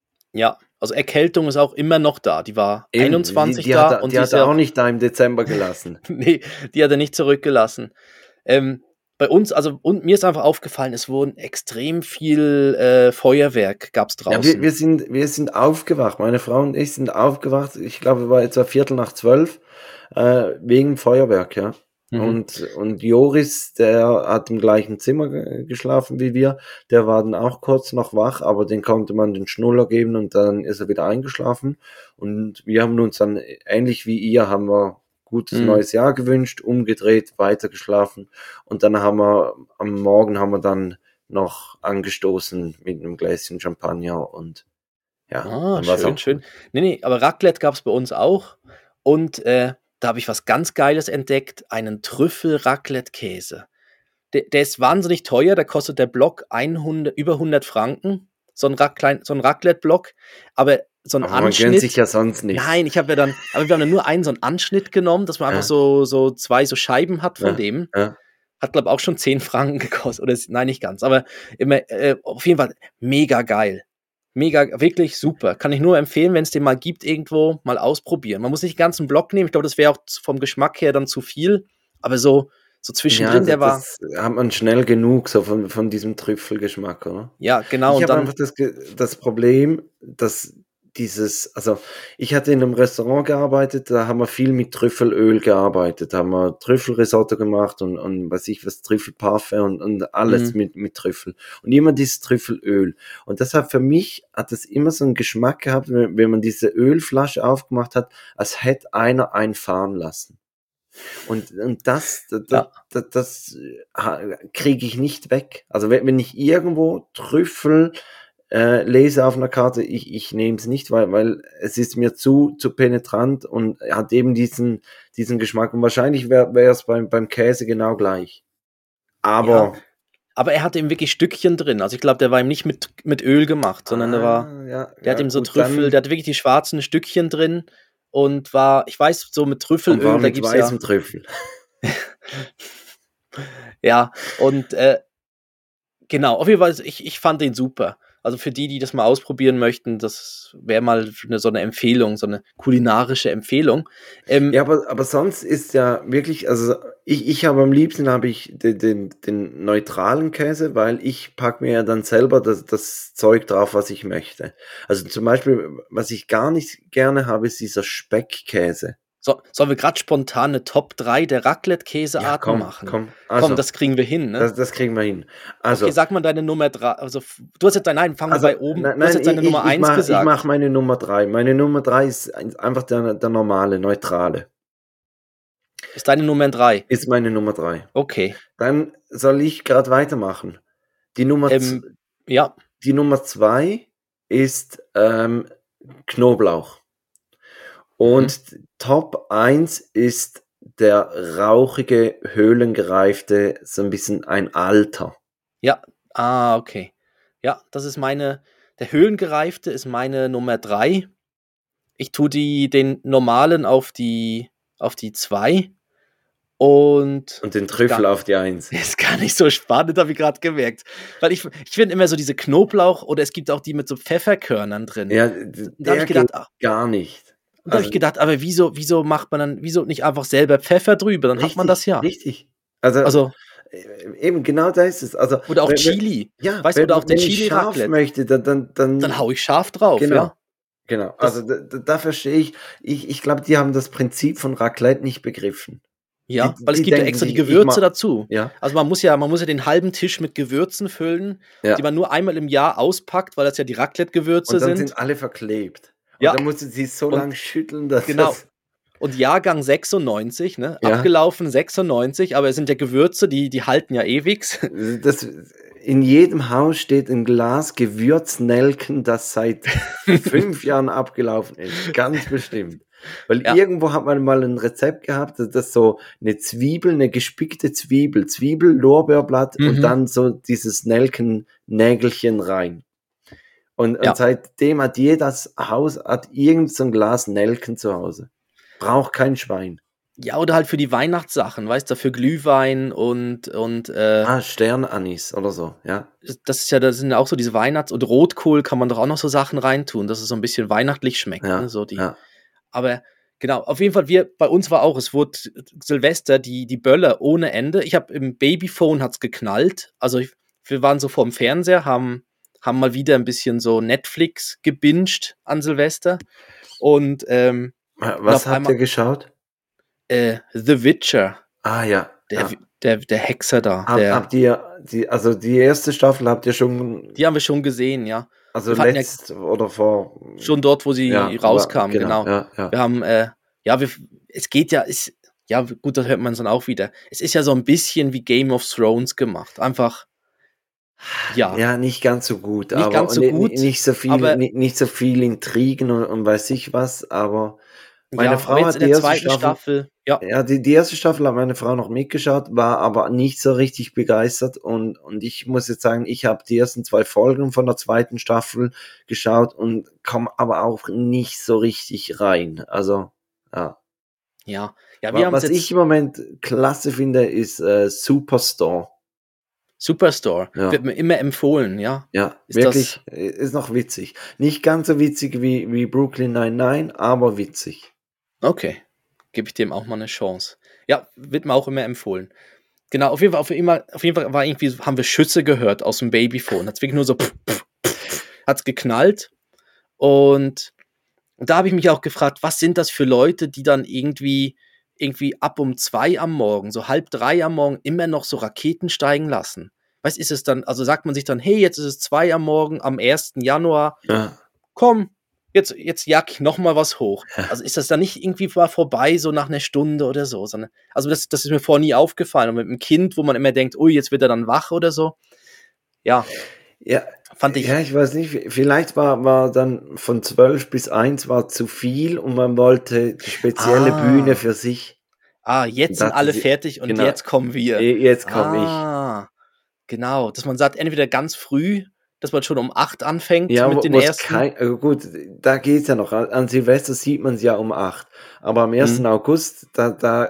Ja, also Erkältung ist auch immer noch da. Die war Eben, einundzwanzig die, die da. Hat er, und die hat er auch nicht da im Dezember gelassen. Nee, die hat er nicht zurückgelassen. Ähm, bei uns, also und mir ist einfach aufgefallen, es wurden extrem viel äh, Feuerwerk gab's draußen. Ja, wir, wir, sind, wir sind aufgewacht. Meine Frau und ich sind aufgewacht. Ich glaube, es war etwa Viertel nach zwölf äh, wegen Feuerwerk, ja. Mhm. Und, und Joris, der hat im gleichen Zimmer geschlafen wie wir, der war dann auch kurz noch wach, aber den konnte man den Schnuller geben und dann ist er wieder eingeschlafen. Und wir haben uns dann, ähnlich wie ihr, haben wir gutes mhm. neues Jahr gewünscht, umgedreht, weitergeschlafen und dann haben wir, am Morgen haben wir dann noch angestoßen mit einem Gläschen Champagner und ja. Ah, schön, schön. Nee, nee, aber Raclette gab's bei uns auch und äh, da habe ich was ganz Geiles entdeckt, einen Trüffel-Raclette-Käse. Der, der ist wahnsinnig teuer, da kostet der Block hundert, über hundert Franken, so ein, Rac- so ein Raclette-Block, aber so ein aber Anschnitt. Man gönnt sich ja sonst nicht. Nein, ich habe ja dann, aber wir haben dann nur einen so einen Anschnitt genommen, dass man ja. einfach so, so zwei so Scheiben hat von ja. dem. Ja. Hat, glaube ich, auch schon zehn Franken gekostet, oder nein, nicht ganz, aber immer, äh, auf jeden Fall mega geil. Mega, wirklich super. Kann ich nur empfehlen, wenn es den mal gibt, irgendwo mal ausprobieren. Man muss nicht den ganzen Block nehmen. Ich glaube, das wäre auch vom Geschmack her dann zu viel. Aber so, so zwischendrin, ja, der war... Das hat man schnell genug, so von, von diesem Trüffelgeschmack, oder? Ja, genau. Ich habe einfach das, das Problem, dass dieses, also ich hatte in einem Restaurant gearbeitet, da haben wir viel mit Trüffelöl gearbeitet, da haben wir Trüffelrisotto gemacht und, und weiß ich was, Trüffelparfait und, und alles mhm. mit, mit Trüffel. Und immer dieses Trüffelöl. Und deshalb für mich hat es immer so einen Geschmack gehabt, wenn, wenn man diese Ölflasche aufgemacht hat, als hätte einer einen fahren lassen. Und, und das, das, ja. das, das, das kriege ich nicht weg. Also wenn, wenn ich irgendwo Trüffel Äh, lese auf einer Karte, ich, ich nehme es nicht, weil, weil es ist mir zu, zu penetrant und hat eben diesen, diesen Geschmack. Und wahrscheinlich wäre es beim, beim Käse genau gleich. Aber. Ja, aber er hatte eben wirklich Stückchen drin. Also ich glaube, der war ihm nicht mit, mit Öl gemacht, sondern ah, der war, ja, der ja, hat ihm so gut, Trüffel, dann, der hatte wirklich die schwarzen Stückchen drin und war, ich weiß, so mit Trüffelöl, und war da mit gibt's weißem ja. Trüffel. Ja, und äh, genau, auf jeden Fall, ich, ich fand den super. Also für die, die das mal ausprobieren möchten, das wäre mal eine, so eine Empfehlung, so eine kulinarische Empfehlung. Ähm, ja, aber, aber sonst ist ja wirklich, also ich, ich habe am liebsten habe ich den, den, den neutralen Käse, weil ich packe mir ja dann selber das, das Zeug drauf, was ich möchte. Also zum Beispiel, was ich gar nicht gerne habe, ist dieser Speckkäse. So, sollen wir gerade spontan eine Top drei der Raclette-Käsearten ja, komm, machen? Komm, also, komm, das kriegen wir hin, ne? Das, das kriegen wir hin. Also, okay, sag mal deine Nummer drei. Also, du hast jetzt dein, nein, fangen also, wir bei oben. Nein, du hast jetzt deine ich, Nummer ich eins mach, gesagt. Ich mache meine Nummer drei. Meine Nummer drei ist einfach der, der normale, neutrale. Ist deine Nummer drei? Ist meine Nummer drei. Okay. Dann soll ich gerade weitermachen. Die Nummer, ähm, z- ja. die Nummer zwei ist ähm, Knoblauch. Und mhm. Top eins ist der rauchige, höhlengereifte, so ein bisschen ein Alter. Ja, ah, okay. Ja, das ist meine, der höhlengereifte ist meine Nummer drei. Ich tue die, den normalen auf die, auf die zwei. Und, und den Trüffel gar, auf die eins. Ist gar nicht so spannend, habe ich gerade gemerkt. Weil ich, ich finde immer so diese Knoblauch oder es gibt auch die mit so Pfefferkörnern drin. Ja, da habe ich gedacht, ach, gar nicht. Da also, habe ich gedacht, aber wieso, wieso macht man dann, wieso nicht einfach selber Pfeffer drüber? Dann richtig, hat man das ja. Richtig. Also, also eben genau da ist es. Also, oder auch wenn, Chili. Ja, weißt wenn, oder auch wenn der Chili ich scharf Raclette. möchte, dann, dann, dann, dann hau ich scharf drauf. Genau. Ja. Genau. Das, also da, da verstehe ich, ich, ich glaube, die haben das Prinzip von Raclette nicht begriffen. Ja, Die, weil es die gibt ja denken extra die sich, ich Gewürze mach, dazu. ja, Also man muss ja, man muss ja den halben Tisch mit Gewürzen füllen, die ja. man nur einmal im Jahr auspackt, weil das ja die Raclette-Gewürze Und dann sind. sind alle verklebt. Und Ja, dann musst du sie so und lang schütteln, dass genau. das, Und Jahrgang sechsundneunzig, ne? ja, Abgelaufen sechsundneunzig, aber es sind ja Gewürze, die, die halten ja ewig. das, in jedem Haus steht ein Glas Gewürznelken, das seit fünf Jahren abgelaufen ist. Ganz bestimmt. Weil Ja. irgendwo hat man mal ein Rezept gehabt, dass das so eine Zwiebel, eine gespickte Zwiebel, Zwiebel, Lorbeerblatt und Mhm. dann so dieses Nelken-Nägelchen rein. Und, und Ja. seitdem hat jedes Haus hat irgend so ein Glas Nelken zu Hause. Braucht kein Schwein. Ja, oder halt für die Weihnachtssachen, weißt du, für Glühwein und, und äh, Ah, Sternanis oder so, ja. das ist ja, das sind ja auch so diese Weihnachts- und Rotkohl kann man doch auch noch so Sachen reintun, dass es so ein bisschen weihnachtlich schmeckt, Ja, ne? So die. ja. Aber genau, auf jeden Fall, wir, bei uns war auch, es wurde Silvester, die, die Böller ohne Ende. Ich habe im Babyphone hat's geknallt. Also ich, wir waren so vorm Fernseher, haben, haben mal wieder ein bisschen so Netflix gebinged an Silvester. Und, ähm, und Was auf habt einmal ihr geschaut? äh, The Witcher, Ah ja, der, ja. der, der Hexer da, Hab, der, habt ihr, die, also die erste Staffel habt ihr schon, die haben wir schon gesehen, ja. also Wir hatten ja letzt oder vor, schon dort, wo sie ja, rauskam, genau, genau. ja, ja. Wir haben, äh, ja, wir, es geht ja, es, ja, gut, das hört man dann auch wieder. Es ist ja so ein bisschen wie Game of Thrones gemacht. Einfach, ja, Ja, nicht ganz so gut, nicht aber ganz so ni- ni- gut, nicht so viel, aber ni- nicht so viel Intrigen und, und weiß ich was, aber meine ja, aber Frau jetzt in hat die der erste zweiten Staffel, Staffel, ja, ja, die, die erste Staffel hat meine Frau noch mitgeschaut, war aber nicht so richtig begeistert und, und ich muss jetzt sagen, ich habe die ersten zwei Folgen von der zweiten Staffel geschaut und komme aber auch nicht so richtig rein. Also, ja. ja, ja, wir Wa- haben es Was ich jetzt im Moment klasse finde, ist äh, Superstore. Superstore, Ja, wird mir immer empfohlen, ja. ja, Ist das, wirklich, äh, ist noch witzig. Nicht ganz so witzig wie, wie Brooklyn Nine-Nine, aber witzig. okay, gebe ich dem auch mal eine Chance. Ja, wird mir auch immer empfohlen. Genau, auf jeden Fall, auf jeden Fall, auf jeden Fall war irgendwie, haben wir Schüsse gehört aus dem Babyphone. Hat's wirklich nur so, pff, pff, pff, hat's geknallt. Und, und da habe ich mich auch gefragt, was sind das für Leute, die dann irgendwie, irgendwie ab um zwei am Morgen, so halb drei am Morgen, immer noch so Raketen steigen lassen? Was ist es dann? Also sagt man sich dann, hey, jetzt ist es zwei am Morgen, am ersten Januar, Ja. komm, jetzt, jetzt jag ich noch mal was hoch. Also ist das dann nicht irgendwie mal vorbei, so nach einer Stunde oder so? Sondern, also das, das ist mir vorher nie aufgefallen. Und mit einem Kind, wo man immer denkt, ui, jetzt wird er dann wach oder so. Ja, Ja, fand ich, ja, ich weiß nicht, vielleicht war, war dann von zwölf bis eins war zu viel und man wollte die spezielle Bühne ah, für sich. ah, Und jetzt sind dachte alle sie, fertig und genau, jetzt kommen wir. eh, jetzt komme ich. Ah, genau. Dass man sagt, entweder ganz früh, dass man schon um acht anfängt Ja, mit wo den wo es ersten. kein, äh, gut, da geht's ja noch. An, an Silvester sieht man es ja um acht. Aber am ersten Mhm. August, da, da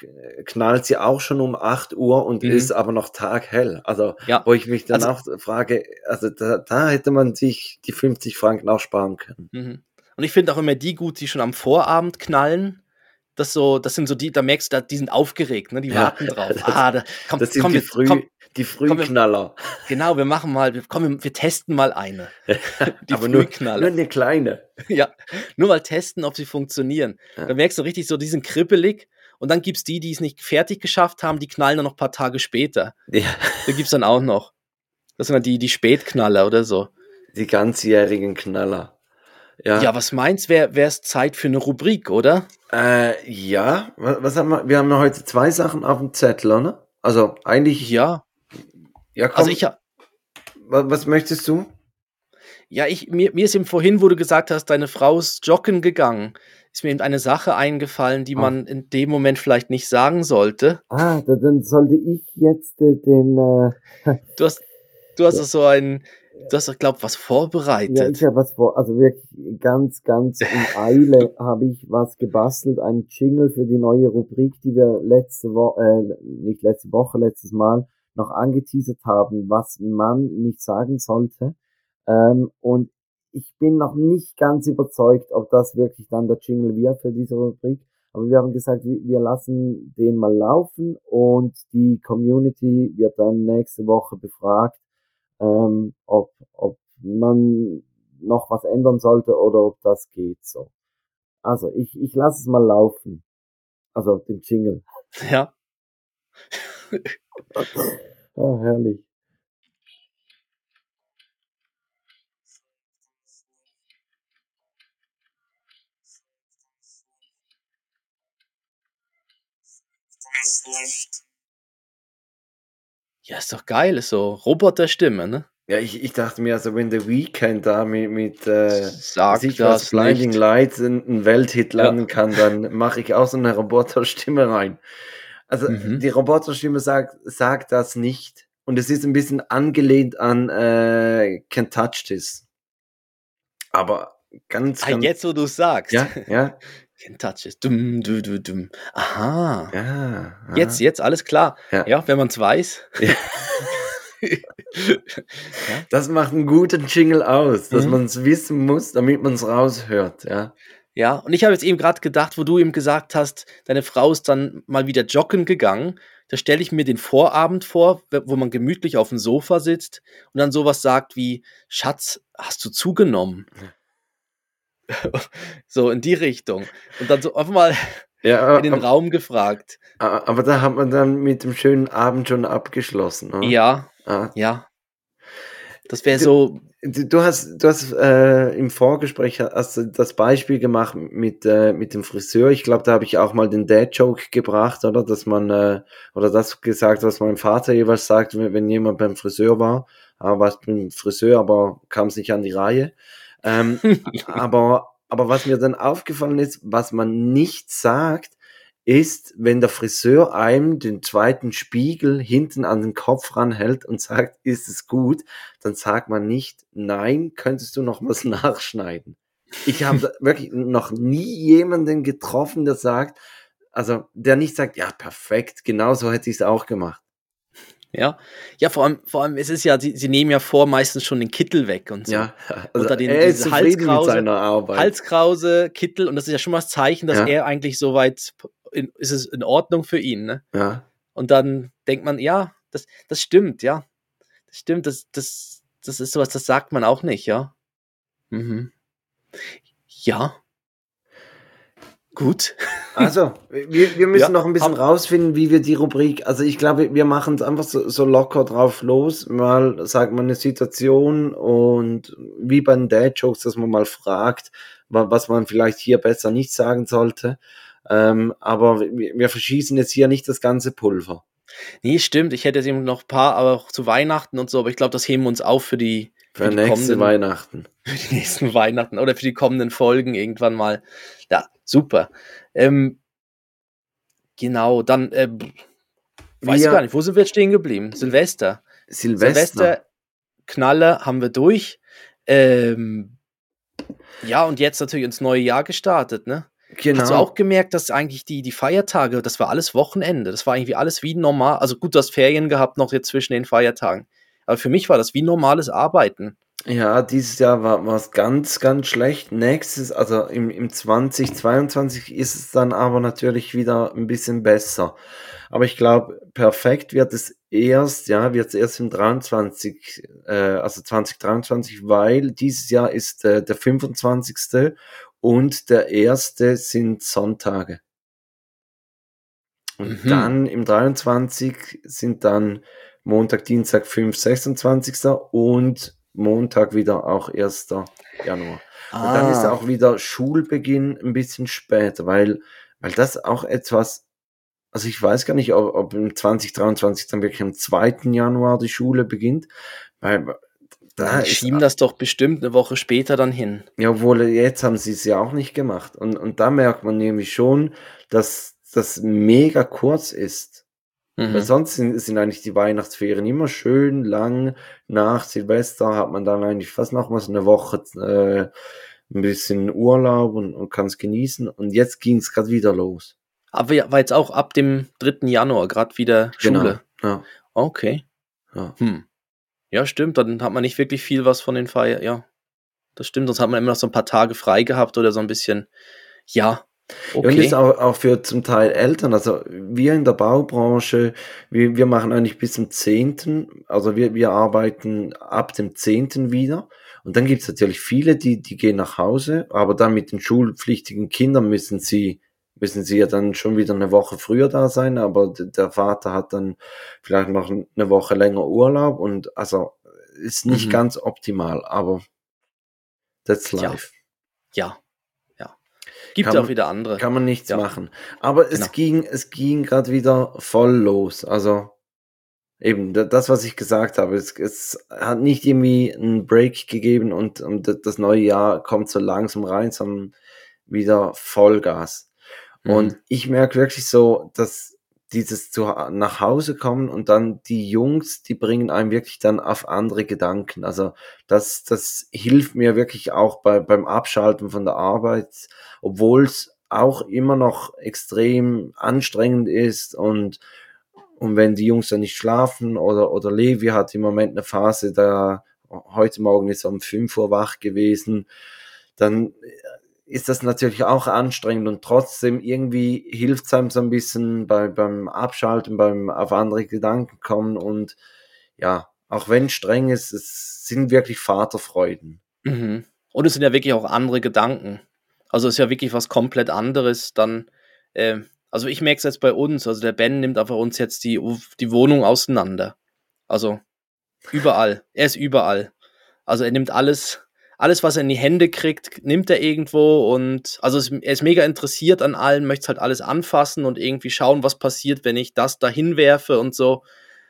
knallt sie auch schon um acht Uhr und ist Mhm. aber noch taghell. Also, Ja, wo ich mich dann also, auch frage, also da, da hätte man sich die fünfzig Franken auch sparen können. mhm. Und ich finde auch immer die gut, die schon am Vorabend knallen. Das so, das sind so die, da merkst du, da- die sind aufgeregt, ne? Die Ja, warten drauf. das, Ah, da, komm, das sind komm, die wir, komm, Früh, die komm, wir, Frühknaller. genau, wir machen mal, wir, komm, wir, wir testen mal eine. Die Aber nur, nur Frühknaller. eine kleine. Ja, nur mal testen, ob sie funktionieren. Ja. Da merkst du richtig so, die sind kribbelig. Und dann gibt's die, die es nicht fertig geschafft haben, die knallen dann noch ein paar Tage später. Ja, Da gibt's dann auch noch. Das sind dann die, die Spätknaller oder so. die ganzjährigen Knaller. Ja, Ja, was meinst, wäre es Zeit für eine Rubrik, oder? äh, ja, was, was haben wir? Wir haben heute zwei Sachen auf dem Zettel, oder? Also eigentlich, Ja, ja komm, also ich, ha- wa- was möchtest du? ja, ich, mir, mir ist eben vorhin, wo du gesagt hast, deine Frau ist joggen gegangen, ist mir eben eine Sache eingefallen, die Ah, man in dem Moment vielleicht nicht sagen sollte. ah da, dann sollte ich jetzt äh, den, äh, Du hast, du hast ja, doch so ein, du hast doch, glaub, was ja, ich vorbereitet. habe was vor, also wirklich ganz, ganz in Eile habe ich was gebastelt, einen Jingle für die neue Rubrik, die wir letzte Woche, äh, nicht letzte Woche, letztes Mal noch angeteasert haben, was man nicht sagen sollte. Ähm, und ich bin noch nicht ganz überzeugt, ob das wirklich dann der Jingle wird für diese Rubrik. Aber wir haben gesagt, wir wir lassen den mal laufen und die Community wird dann nächste Woche befragt, ähm, ob, ob man noch was ändern sollte oder ob das geht so. Also ich, ich lasse es mal laufen. Also den Jingle. Ja. Oh, herrlich. Ja, ist doch geil, ist so Roboterstimme, ne? Ja, ich, ich dachte mir, also wenn der Weeknd da mit, mit äh, weiß Sag ich was, das Blinding nicht. Lights einen Welthit Ja. landen kann, dann mache ich auch so eine Roboterstimme rein. Also Mhm. die Roboterstimme sagt, sagt das nicht. Und es ist ein bisschen angelehnt an äh, Can't Touch This. Aber ganz, Ah, ganz... jetzt, wo du sagst. Ja, ja, Can't touch it. Dum, du, du, dum. Aha. ja. Jetzt, ja. jetzt, alles klar. Ja. Ja, wenn man es weiß. Ja. Ja. Das macht einen guten Jingle aus, dass Mhm. man es wissen muss, damit man es raushört, ja. Ja, und ich habe jetzt eben gerade gedacht, wo du eben gesagt hast, deine Frau ist dann mal wieder joggen gegangen. Da stelle ich mir den Vorabend vor, w- wo man gemütlich auf dem Sofa sitzt und dann sowas sagt wie, Schatz, hast du zugenommen? So in die Richtung. Und dann so einfach mal Ja, in den aber, Raum gefragt. aber da hat man dann mit dem schönen Abend schon abgeschlossen, ne? Ja, Ah. ja. Das wäre Du, so, du du hast, du hast äh, im Vorgespräch hast du das Beispiel gemacht mit, äh, mit dem Friseur. Ich glaube, da habe ich auch mal den Dad-Joke gebracht, oder? Dass man, äh, oder das gesagt, was mein Vater jeweils sagt, wenn, wenn jemand beim Friseur war. Ah, was beim Friseur, aber kam es nicht an die Reihe. Ähm, aber, aber was mir dann aufgefallen ist, was man nicht sagt, ist, wenn der Friseur einem den zweiten Spiegel hinten an den Kopf ranhält und sagt, ist es gut, dann sagt man nicht, nein, könntest du noch was nachschneiden. Ich habe da wirklich noch nie jemanden getroffen, der sagt, also der nicht sagt, ja, perfekt, genau so hätte ich es auch gemacht. ja. Ja, vor allem, vor allem, es ist ja, sie, sie nehmen ja vor, meistens schon den Kittel weg und so. Ja, also Oder den, er ist diese zufrieden mit Halskrause, seiner Arbeit. Halskrause, Kittel, und das ist ja schon mal das Zeichen, dass Ja. er eigentlich soweit, in, ist es in Ordnung für ihn, ne? Ja. Und dann denkt man, ja, das, das stimmt, ja. Das stimmt, das, das, das ist sowas, das sagt man auch nicht, ja. Mhm. Ja. Gut. Also, wir, wir müssen Ja, noch ein bisschen haben- rausfinden, wie wir die Rubrik, also ich glaube, wir machen es einfach so, so locker drauf los, mal sagt man eine Situation und wie bei den Dad-Jokes, dass man mal fragt, wa- was man vielleicht hier besser nicht sagen sollte. Ähm, aber wir, wir verschießen jetzt hier nicht das ganze Pulver. Nee, stimmt. Ich hätte jetzt eben noch ein paar, aber auch zu Weihnachten und so, aber ich glaube, das heben wir uns auf für die, Für die nächste kommenden- Weihnachten. für die nächsten Weihnachten oder für die kommenden Folgen irgendwann mal. Ja, super. Ähm, genau, dann äh, weiß ich Wir- gar nicht, wo sind wir jetzt stehen geblieben? Silvester. Silvester. Silvester, Knalle haben wir durch. Ähm, ja, und jetzt natürlich ins neue Jahr gestartet, ne? Genau. Hast du auch gemerkt, dass eigentlich die, die Feiertage, das war alles Wochenende, das war irgendwie alles wie normal. Also gut, du hast Ferien gehabt noch jetzt zwischen den Feiertagen. Aber für mich war das wie normales Arbeiten. Ja, dieses Jahr war es ganz, ganz schlecht. Nächstes, also im, im zwanzig zweiundzwanzig ist es dann aber natürlich wieder ein bisschen besser. Aber ich glaube, perfekt wird es erst, ja, wird es erst im dreiundzwanzig, äh, also zwanzig dreiundzwanzig, weil dieses Jahr ist äh, der fünfundzwanzigste und der erste sind Sonntage. Und Mhm. dann im dreiundzwanzig sind dann Montag, Dienstag, fünf, sechsundzwanzigster und Montag wieder auch erster Januar. Und dann ist Ah. auch wieder Schulbeginn ein bisschen später, weil, weil das auch etwas, also ich weiß gar nicht, ob, ob im zwanzig dreiundzwanzig dann wirklich am zweiten Januar die Schule beginnt, weil da Die ist, schieben das doch bestimmt eine Woche später dann hin. ja, obwohl jetzt haben sie es ja auch nicht gemacht. Und, und da merkt man nämlich schon, dass das mega kurz ist. Mhm. Weil sonst sind, sind eigentlich die Weihnachtsferien immer schön lang. Nach Silvester hat man dann eigentlich fast noch mal so eine Woche äh, ein bisschen Urlaub und, und kann es genießen. Und jetzt ging es gerade wieder los. Aber ja, war jetzt auch ab dem dritten Januar gerade wieder Schule. Genau. Ja, Okay. ja. Hm. Ja, stimmt. Dann hat man nicht wirklich viel was von den Feiern. Ja, das stimmt. Sonst hat man immer noch so ein paar Tage frei gehabt oder so ein bisschen. Ja, Ja, und das okay. ist auch, auch für zum Teil Eltern, also wir in der Baubranche, wir, wir machen eigentlich bis zum zehnten, also wir, wir arbeiten ab dem zehnten wieder und dann gibt es natürlich viele, die, die gehen nach Hause, aber dann mit den schulpflichtigen Kindern müssen sie müssen sie ja dann schon wieder eine Woche früher da sein, aber d- der Vater hat dann vielleicht noch eine Woche länger Urlaub und also ist nicht Mhm. ganz optimal, aber that's Tja, life. ja, ja. Gibt Kann ja auch man, wieder andere. kann man nichts Ja, machen. Aber genau. es ging, es ging gerade wieder voll los. Also eben da- das, was ich gesagt habe. Es, es hat nicht irgendwie einen Break gegeben und, und d- das neue Jahr kommt so langsam rein, sondern wieder Vollgas. Und Mhm. ich merke wirklich so, dass dieses zu, nach Hause kommen und dann die Jungs, die bringen einem wirklich dann auf andere Gedanken. Also das, das hilft mir wirklich auch bei, beim Abschalten von der Arbeit, obwohl es auch immer noch extrem anstrengend ist und, und wenn die Jungs dann nicht schlafen oder, oder Levi hat im Moment eine Phase, da heute Morgen ist er um fünf Uhr wach gewesen, dann ist das natürlich auch anstrengend und trotzdem irgendwie hilft es einem so ein bisschen bei, beim Abschalten, beim auf andere Gedanken kommen und ja, auch wenn es streng ist, es sind wirklich Vaterfreuden. Mhm. Und es sind ja wirklich auch andere Gedanken. Also es ist ja wirklich was komplett anderes dann. ähm, also ich merke es jetzt bei uns, also der Ben nimmt einfach uns jetzt die, die Wohnung auseinander. Also überall. Er ist überall. Also er nimmt alles, alles, was er in die Hände kriegt, nimmt er irgendwo und also es, er ist mega interessiert an allem, möchte halt alles anfassen und irgendwie schauen, was passiert, wenn ich das dahin werfe und so.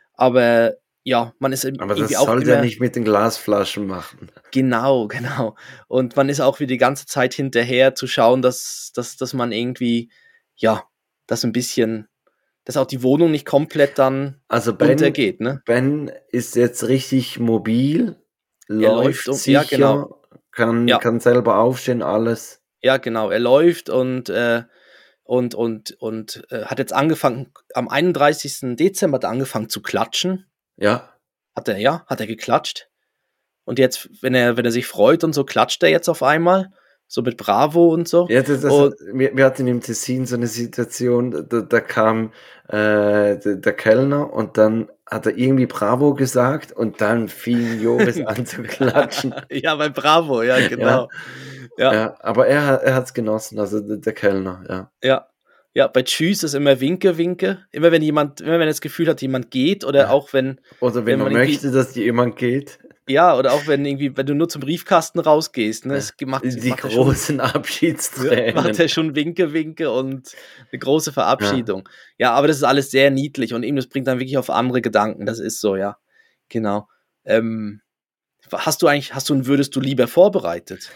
Aber ja, man ist Aber irgendwie das auch sollte er immer. nicht mit den Glasflaschen machen. Genau, genau. Und man ist auch wieder die ganze Zeit hinterher zu schauen, dass, dass, dass man irgendwie, ja, das ein bisschen, dass auch die Wohnung nicht komplett dann Also Ben, untergeht, ne? Ben ist jetzt richtig mobil, Er läuft läuft um, ja, genau. sicher, kann, Ja, kann selber aufstehen, alles. ja, genau. Er läuft und, äh, und, und, und äh, hat jetzt angefangen, am einunddreißigsten Dezember hat er angefangen zu klatschen. Ja. Hat er, ja, hat er geklatscht. Und jetzt, wenn er, wenn er sich freut und so, klatscht er jetzt auf einmal. So mit Bravo und so. Ja, das, das, Und wir, wir hatten im Tessin so eine Situation, da, da kam äh, der, der Kellner und dann hat er irgendwie Bravo gesagt und dann fing Joris an zu klatschen. ja, bei Bravo, ja, Ja, genau. Ja, ja, aber er, hat- er hat's genossen, also der, der Kellner, ja. ja. Ja, bei Tschüss ist immer Winke, Winke. Immer wenn jemand, immer wenn er das Gefühl hat, jemand geht, oder Ja. auch wenn, Oder wenn wenn man man irgendwie, möchte, dass jemand geht, ja, oder auch wenn irgendwie, wenn du nur zum Briefkasten rausgehst, ne, ja. es macht, Die macht er schon, großen ja, macht Abschiedstränen. er schon Winke, Winke und eine große Ja. Verabschiedung. Ja, aber das ist alles sehr niedlich und ihm, das bringt dann wirklich auf andere Gedanken. Das ist so, ja. Genau. Ähm, hast du eigentlich, hast du ein Würdest du lieber vorbereitet?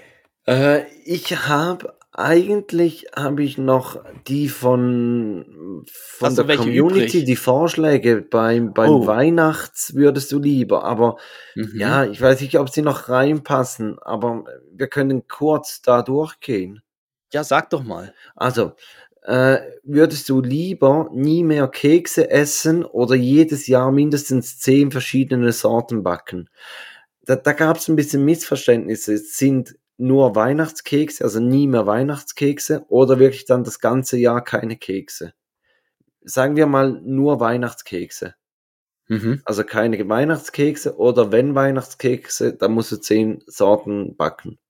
Äh, ich habe eigentlich habe ich noch die von von Hast du der welche Community, übrig? die Vorschläge beim beim Oh. Weihnachts würdest du lieber, aber Mhm. ja, ich weiß nicht, ob sie noch reinpassen, aber wir können kurz da durchgehen. Ja, sag doch mal. Also, äh, würdest du lieber nie mehr Kekse essen oder jedes Jahr mindestens zehn verschiedene Sorten backen? Da, da gab es ein bisschen Missverständnisse. Es sind nur Weihnachtskekse, also nie mehr Weihnachtskekse oder wirklich dann das ganze Jahr keine Kekse. Sagen wir mal nur Weihnachtskekse. Mhm. Also keine Weihnachtskekse oder wenn Weihnachtskekse, dann musst du zehn Sorten backen.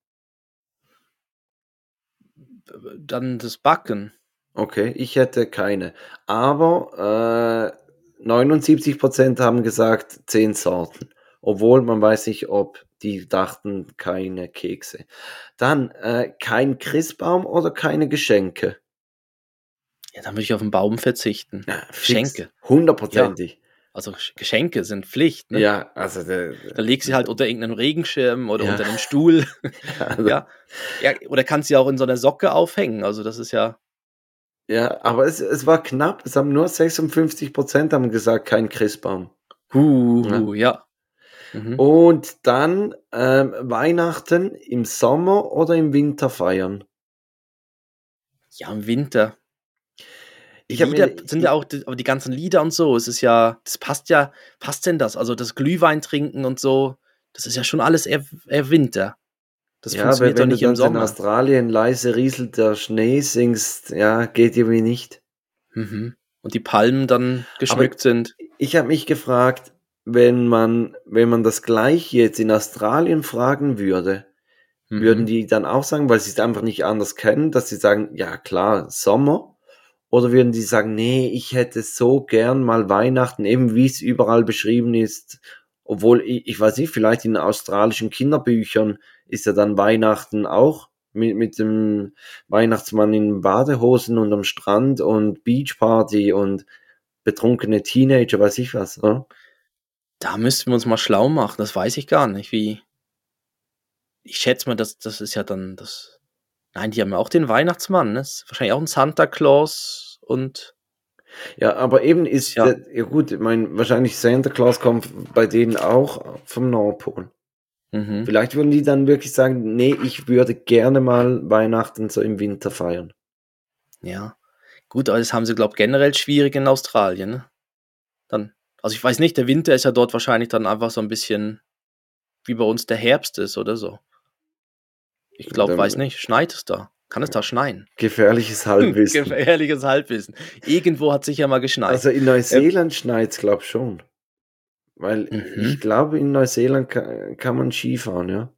Dann das Backen. Okay, ich hätte keine. Aber äh, neunundsiebzig Prozent haben gesagt zehn Sorten. Obwohl man weiß nicht, ob die dachten keine Kekse. Dann äh, kein Christbaum oder keine Geschenke. Ja, dann würde ich auf den Baum verzichten. Ja, fix. Geschenke. Ja, Hundertprozentig. also Gesch- Geschenke sind Pflicht, ne? Ja, also der, Da legst du sie halt unter irgendeinem Regenschirm oder Ja. unter einem Stuhl. also, Ja. Ja, oder kannst sie auch in so einer Socke aufhängen. Also das ist ja. ja, aber es, es war knapp. Es haben nur sechsundfünfzig Prozent haben gesagt, kein Christbaum. Huh, ja. Mhm. Und dann ähm, Weihnachten im Sommer oder im Winter feiern. Ja, im Winter. Die Ich habe Lieder mir, sind ja ich, auch, die- aber die ganzen Lieder und so, es ist ja, das passt ja, passt denn das? Also das Glühwein trinken und so, das ist ja schon alles eher, eher Winter. Das ja, weil funktioniert doch wenn du nicht im dann so in Sommer. Australien leise rieselt der Schnee singst, ja, geht irgendwie nicht. Mhm. Und die Palmen dann Aber geschmückt sind. ich habe mich gefragt, wenn man, wenn man das gleich jetzt in Australien fragen würde, Würden Mhm. die dann auch sagen, weil sie es einfach nicht anders kennen, dass sie sagen, ja klar, Sommer? Oder würden die sagen, nee, ich hätte so gern mal Weihnachten, eben wie es überall beschrieben ist, obwohl, ich, ich weiß nicht, vielleicht in australischen Kinderbüchern ist ja dann Weihnachten auch mit, mit dem Weihnachtsmann in Badehosen und am Strand und Beachparty und betrunkene Teenager, weiß ich was, oder? Da müssten wir uns mal schlau machen, das weiß ich gar nicht, wie ich schätze mal, das das ist ja dann das nein, die haben ja auch den Weihnachtsmann, ne? Ist wahrscheinlich auch 'n Santa Claus und Ja, aber eben ist ist, ja der, ja gut, ich meine, wahrscheinlich Santa Claus kommt bei denen auch vom Nordpol. mhm, Vielleicht würden die dann wirklich sagen, nee, ich würde gerne mal Weihnachten so im Winter feiern. ja. Gut, aber das haben sie, glaube ich, generell schwierig in Australien, ne? Dann also, ich weiß nicht, der Winter ist ja dort wahrscheinlich dann einfach so 'n bisschen wie bei uns der Herbst ist oder so. Ich glaube, weiß Dann, nicht, schneit es da? Kann es da schneien? gefährliches Halbwissen. Gefährliches Halbwissen. Irgendwo hat sicher mal geschneit. Also in Ähm, Neuseeland schneit's, glaube ich schon. Weil ich mhm, glaube, in Neuseeland kann, kann man Skifahren, ja.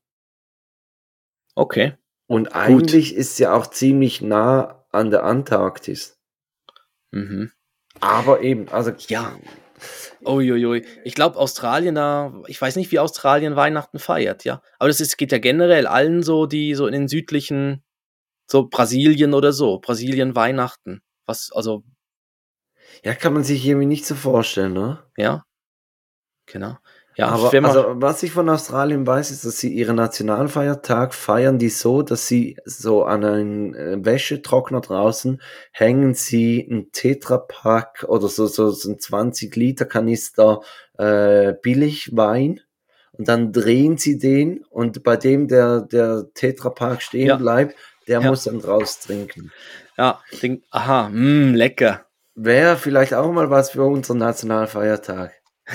okay, Und gut. eigentlich ist ja auch ziemlich nah an der Antarktis. Mhm. Aber eben, also Ja. Ui, ui, ui. Ich glaube, Australien da ich weiß nicht, wie Australien Weihnachten feiert, ja. Aber das ist geht ja generell allen so, die so in den südlichen so Brasilien oder so, Brasilien Weihnachten. Was also, ja, kann man sich irgendwie nicht so vorstellen, ne? ja, genau. Ja, ich Aber wäre mal also, was ich von Australien weiß, ist, dass sie ihren Nationalfeiertag feiern die so, dass sie so an einen äh, Wäschetrockner draußen hängen sie 'n Tetra-Pak oder so so so 'n zwanzig Liter Kanister äh, Billigwein und dann drehen sie den und bei dem der der Tetra-Pak stehen ja, bleibt, der ja, muss dann draus trinken. ja, den aha, hm, lecker. Wäre vielleicht auch mal was für unseren Nationalfeiertag.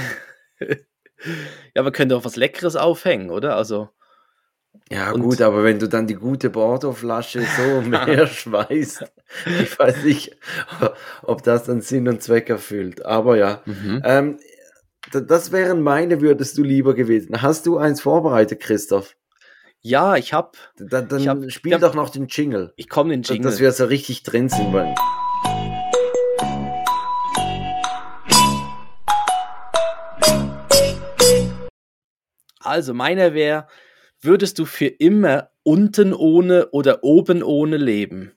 Ja, man könnte auch was Leckeres aufhängen, oder? Also Ja gut, und aber wenn du dann die gute Bordeaux-Flasche so mehr schweißt, ich weiß nicht, ob das dann Sinn und Zweck erfüllt. Aber ja, mhm. ähm, d das wären meine würdest du lieber gewesen. Hast du eins vorbereitet, Christoph? Ja, ich habe Da ich habe dann ich spiel habe doch noch den Jingle, ich komme den da dass Jingle. wir so richtig drin sind, weil Also, meiner wäre: Würdest du für immer unten ohne oder oben ohne leben?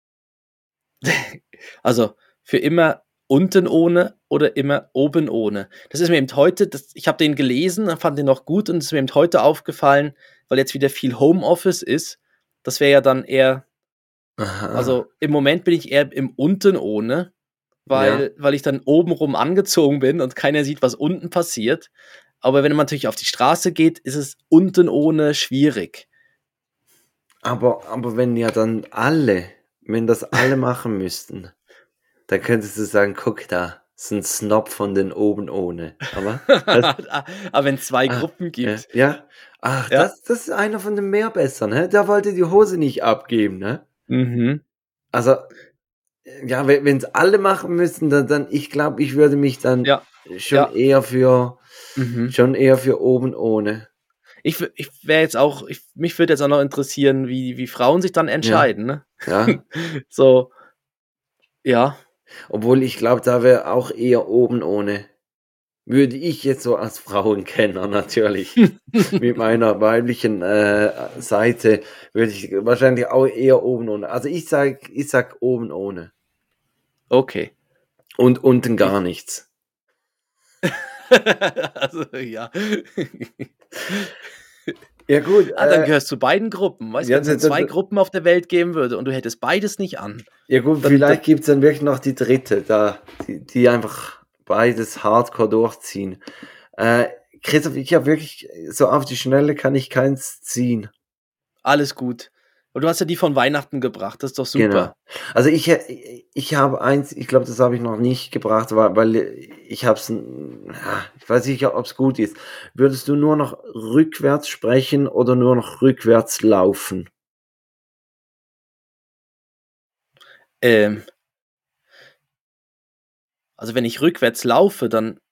Also, für immer unten ohne oder immer oben ohne. Das ist mir eben heute das ich habe den gelesen und fand den noch gut und es ist mir eben heute aufgefallen, weil jetzt wieder viel Homeoffice ist. Das wäre ja dann eher aha, also, im Moment bin ich eher im unten ohne, ja. weil weil ich dann obenrum angezogen bin und keiner sieht, was unten passiert. Aber wenn man natürlich auf die Straße geht, ist es unten ohne schwierig. Aber aber wenn ja dann alle wenn das alle machen müssten, dann könntest du sagen: „Guck da, ist 'n Snob von den oben ohne.“ Aber hast Aber wenn es zwei ah, Gruppen ja, gibt. ja. Ach, Ja. das das ist einer von den Mehrbessern, hä? Der wollte die Hose nicht abgeben, ne? Mhm. Also, äh, ja, we wenn's alle machen müssen, dann dann ich glaube, ich würde mich dann Ja, schon ja. eher für Mhm. schon eher für oben ohne. Ich wü ich wäre jetzt auch ich mich würde jetzt auch noch interessieren, wie wie Frauen sich dann Ja, entscheiden, ne? ja. So, ja. Obwohl ich glaube, da wäre auch eher oben ohne. Würde ich jetzt so als Frauenkenner natürlich mit meiner weiblichen, äh, Seite würde ich wahrscheinlich auch eher oben ohne. Also, ich sage ich sage oben ohne Okay. und unten gar Ich nichts. also, ja. Ja gut, Ah, dann äh, gehörst du zu beiden Gruppen. Weißt du, ja, wenn es d dann d zwei d Gruppen auf der Welt geben würde und du hättest beides nicht an, ja gut, dann dann vielleicht gibt's dann wirklich noch die dritte, da die die einfach beides hardcore durchziehen. Äh, Christoph, ich habe wirklich so auf die Schnelle kann ich keins ziehen. alles gut. Und du hast ja die von Weihnachten gebracht, das ist doch Genau. super. Also, ich hä ich habe eins ich glaube, das habe ich noch nicht gebracht, weil weil ich habe es ja, ich weiß nicht, ob's gut ist. Würdest du nur noch rückwärts sprechen oder nur noch rückwärts laufen? Ähm, also, wenn ich rückwärts laufe, dann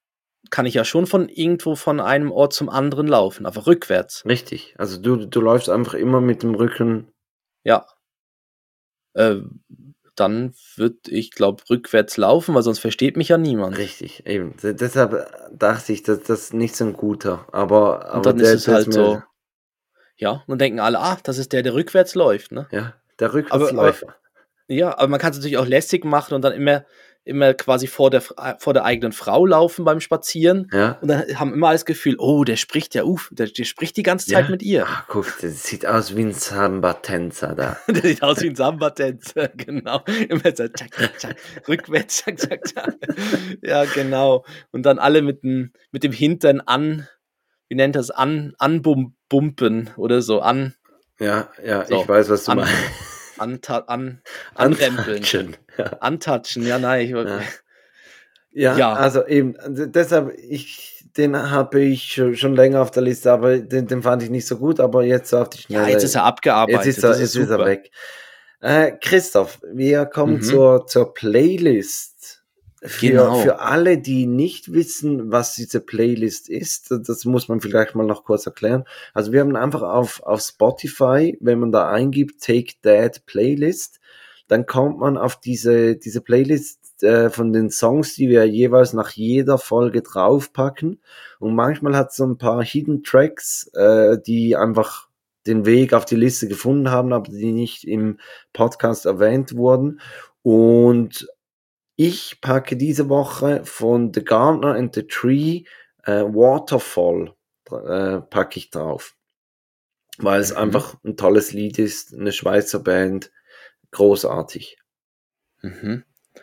kann ich ja schon von irgendwo von einem Ort zum anderen laufen, aber rückwärts. Richtig. Also du, du läufst einfach immer mit dem Rücken. Ja. Äh, dann würde ich, glaube rückwärts laufen, weil sonst versteht mich ja niemand. Richtig, eben. D- Deshalb dachte ich, dass das nicht so ein guter. Aber, aber Und dann der, ist es der halt mir- so. Ja, und dann denken alle, ah, das ist der, der rückwärts läuft, ne? Ja, der Aber, Rückwärtsläufer. aber ja, aber man kann es natürlich auch lässig machen und dann immer, immer quasi vor der, Fra- vor der eigenen Frau laufen beim Spazieren. Ja. Und dann haben immer das Gefühl, oh, der spricht ja, uff, der, der spricht die ganze Zeit Ja. mit ihr. Ach, guck, das sieht aus wie ein Samba-Tänzer da. Der sieht aus wie ein Samba-Tänzer, genau. Immer so, tschak, tschak, tschak, rückwärts, tschak, tschak, tschak. Ja, genau. Und dann alle mit dem, mit dem Hintern an, wie nennt das, an, anbumpen oder so, an, Ja, ja, So, ich weiß, was du an- meinst. anta, an, anrempeln. Antatschen. Ja. Antatschen, ja, nein. Ich, Ja. Ja, Ja. also eben, d- deshalb, ich, den habe ich schon, schon länger auf der Liste, aber den, den fand ich nicht so gut, aber jetzt auf die ja, Schnelle. jetzt ist er abgearbeitet. Jetzt ist er, das jetzt ist ist er super. weg. Äh, Christoph, wir kommen Mhm. zur, zur Playlist. Für, Genau. für alle, die nicht wissen, was diese Playlist ist, das muss man vielleicht mal noch kurz erklären. Also wir haben einfach auf, auf Spotify, wenn man da eingibt, Take That Playlist, dann kommt man auf diese, diese Playlist äh, von den Songs, die wir jeweils nach jeder Folge draufpacken. Und manchmal hat es so ein paar Hidden Tracks, äh, die einfach den Weg auf die Liste gefunden haben, aber die nicht im Podcast erwähnt wurden. Und ich packe diese Woche von The Gardener and the Tree äh, Waterfall äh, packe ich drauf. Weil es Mhm. einfach ein tolles Lied ist, eine Schweizer Band, großartig. Mhm.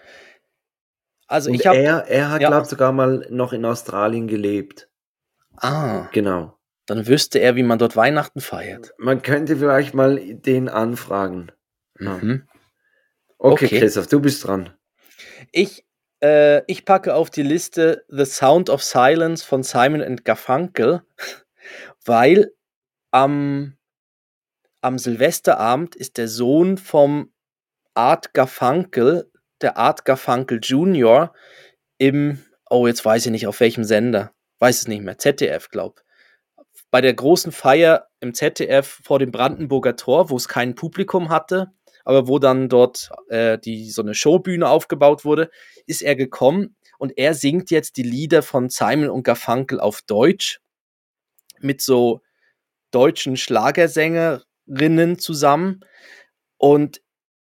Also Und ich habe, er, er hat, ja. glaube ich, sogar mal noch in Australien gelebt. ah, Genau. dann wüsste er, wie man dort Weihnachten feiert. Man könnte vielleicht mal den anfragen. Ja. Mhm. Okay, Okay. Christoph, du bist dran. Ich, äh, ich packe auf die Liste The Sound of Silence von Simon and Garfunkel, weil am, am Silvesterabend ist der Sohn vom Art Garfunkel, der Art Garfunkel Junior, im, oh, jetzt weiß ich nicht, auf welchem Sender, weiß es nicht mehr, Z D F, glaub. Bei der großen Feier im Z D F vor dem Brandenburger Tor, wo es kein Publikum hatte, aber wo dann dort äh, die, so eine Showbühne aufgebaut wurde, ist er gekommen und er singt jetzt die Lieder von Simon und Garfunkel auf Deutsch mit so deutschen Schlagersängerinnen zusammen und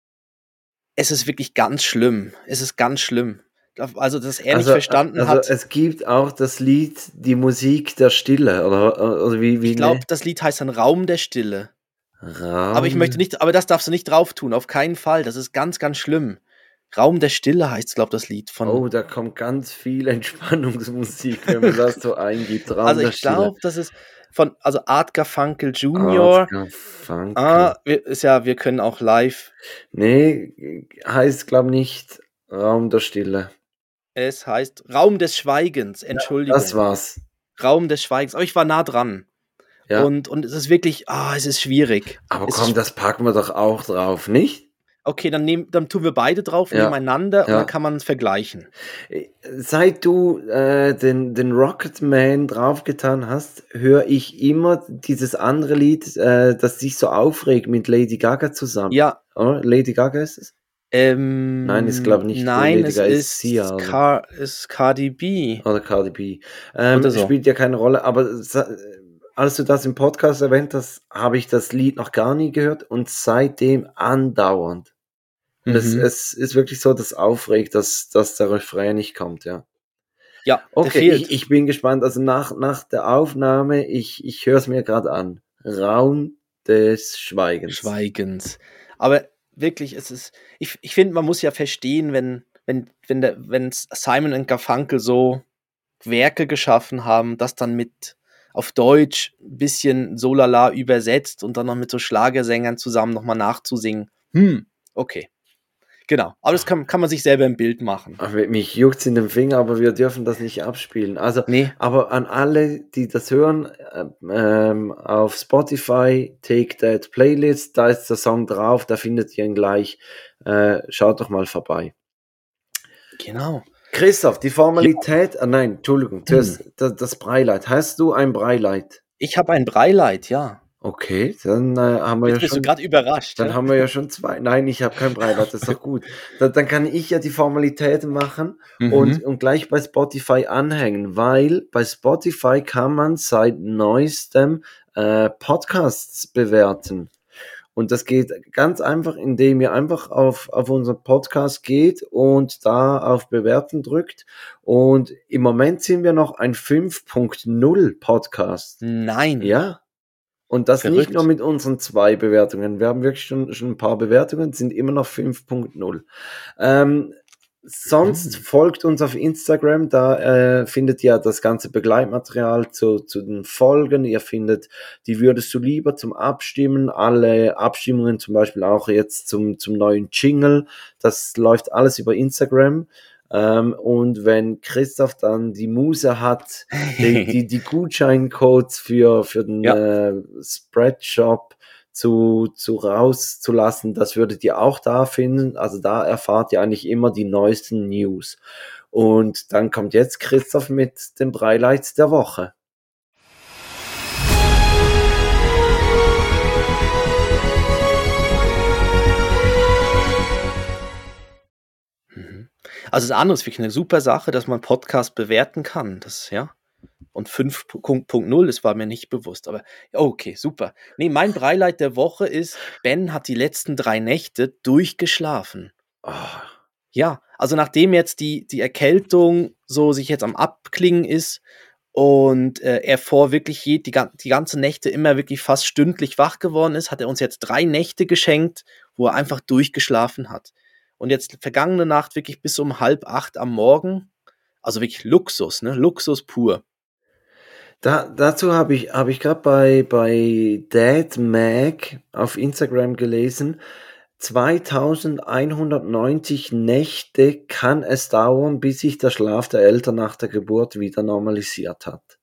es ist wirklich ganz schlimm. Es ist ganz schlimm. Also, dass er nicht verstanden also hat. es gibt auch das Lied Die Musik der Stille, oder, oder wie, wie Ich glaube, ne? das Lied heißt dann Raum der Stille. Raum. Aber ich möchte nicht, aber das darfst du nicht drauf tun, auf keinen Fall. Das ist ganz, ganz schlimm. Raum der Stille heißt, glaube ich, das Lied von. Oh, da kommt ganz viel Entspannungsmusik, wenn man das so eingibt. Raum also der ich Stille. glaube, das ist von, also Art Garfunkel Junior. Art Garfunkel. Ah, wir, ist ja, wir können auch live. Nee, heißt, glaube nicht Raum der Stille. Es heißt Raum des Schweigens, Entschuldigung. Das war's. Raum des Schweigens. Aber ich war nah dran. Ja. Und, und es ist wirklich, ah, es ist schwierig. Aber es komm, ist, das packen wir doch auch drauf, nicht? okay, dann, nehm, dann tun wir beide drauf Ja. nebeneinander und Ja. dann kann man es vergleichen. Seit du äh, den, den Rocketman draufgetan hast, höre ich immer dieses andere Lied, äh, das sich so aufregt mit Lady Gaga zusammen. Ja, Oder? Lady Gaga ist es? ähm, Nein, ist, glaub ich, nicht Nein, Lady es Gaga, ist ist, Sia, oder? Car ist Cardi B. Oder Cardi B. Ähm, Oder so. Spielt ja keine Rolle, aber sa- als du das im Podcast erwähnt hast, habe ich das Lied noch gar nie gehört und seitdem andauernd. Und es, Mhm. es ist wirklich so, dass aufregt, dass, dass der Refrain nicht kommt, ja. Ja, der Okay, fehlt. ich, ich bin gespannt. Also nach, nach der Aufnahme, ich, ich höre es mir gerade an. Raum des Schweigens. Schweigens. Aber wirklich, es ist, ich, ich finde, man muss ja verstehen, wenn, wenn, wenn, der, wenn Simon und Garfunkel so Werke geschaffen haben, das dann mit auf Deutsch ein bisschen so lala übersetzt und dann noch mit so Schlagersängern zusammen nochmal nachzusingen. Hm, okay. Genau. Aber das kann, kann man sich selber im Bild machen. Ach, mich juckt's in den Finger, aber wir dürfen das nicht abspielen. Also, Nee. aber an alle, die das hören, äh, ähm, auf Spotify, Take That Playlist, da ist der Song drauf, da findet ihr ihn gleich. Äh, schaut doch mal vorbei. Genau. Christoph, die Formalität, ah, nein, Entschuldigung, zuerst Hm. das, das Breileid. Hast du ein Breileid? Ich habe ein Breileid, ja. Okay, dann äh, haben wir Jetzt ja bist du schon, gerade überrascht, dann hä? haben wir ja schon zwei. Nein, ich habe kein Breileid, das ist doch gut. Dann, dann kann ich ja die Formalitäten machen und, Mhm. und gleich bei Spotify anhängen, weil bei Spotify kann man seit neuestem äh, Podcasts bewerten. Und das geht ganz einfach, indem ihr einfach auf, auf unseren Podcast geht und da auf Bewerten drückt. Und im Moment sind wir noch ein fünf Punkt null Podcast. Nein, Ja. Und das nicht nur verrückt. mit unseren zwei Bewertungen. Wir haben wirklich schon, schon ein paar Bewertungen, sind immer noch fünf Punkt null. Ähm, sonst Hm. folgt uns auf Instagram, da äh, findet ihr das ganze Begleitmaterial zu, zu den Folgen. Ihr findet die Würdest du lieber zum Abstimmen, alle Abstimmungen zum Beispiel auch jetzt zum, zum neuen Jingle. Das läuft alles über Instagram. Ähm, und wenn Christoph dann die Muse hat, die, die, die Gutscheincodes für, für den Ja. äh, Spreadshop zu, zu rauszulassen, das würdet ihr auch da finden. Also da erfahrt ihr eigentlich immer die neuesten News. Und dann kommt jetzt Christoph mit dem Breileid der Woche. Mhm. Also das andere ist wirklich eine super Sache, dass man Podcast bewerten kann. Das, ja. Und fünf Punkt null, das war mir nicht bewusst. Aber okay, super. Nee, mein Breileid der Woche ist, Ben hat die letzten drei Nächte durchgeschlafen. Oh, Ja, also nachdem jetzt die, die Erkältung so sich jetzt am Abklingen ist und äh, er vor wirklich je, die, ga- die ganze Nächte immer wirklich fast stündlich wach geworden ist, hat er uns jetzt drei Nächte geschenkt, wo er einfach durchgeschlafen hat. Und jetzt vergangene Nacht wirklich bis um halb acht am Morgen, also wirklich Luxus, ne? Luxus pur. Da, dazu habe ich, habe ich gerade bei, bei Dad Mag auf Instagram gelesen, zweitausendeinhundertneunzig Nächte kann es dauern, bis sich der Schlaf der Eltern nach der Geburt wieder normalisiert hat.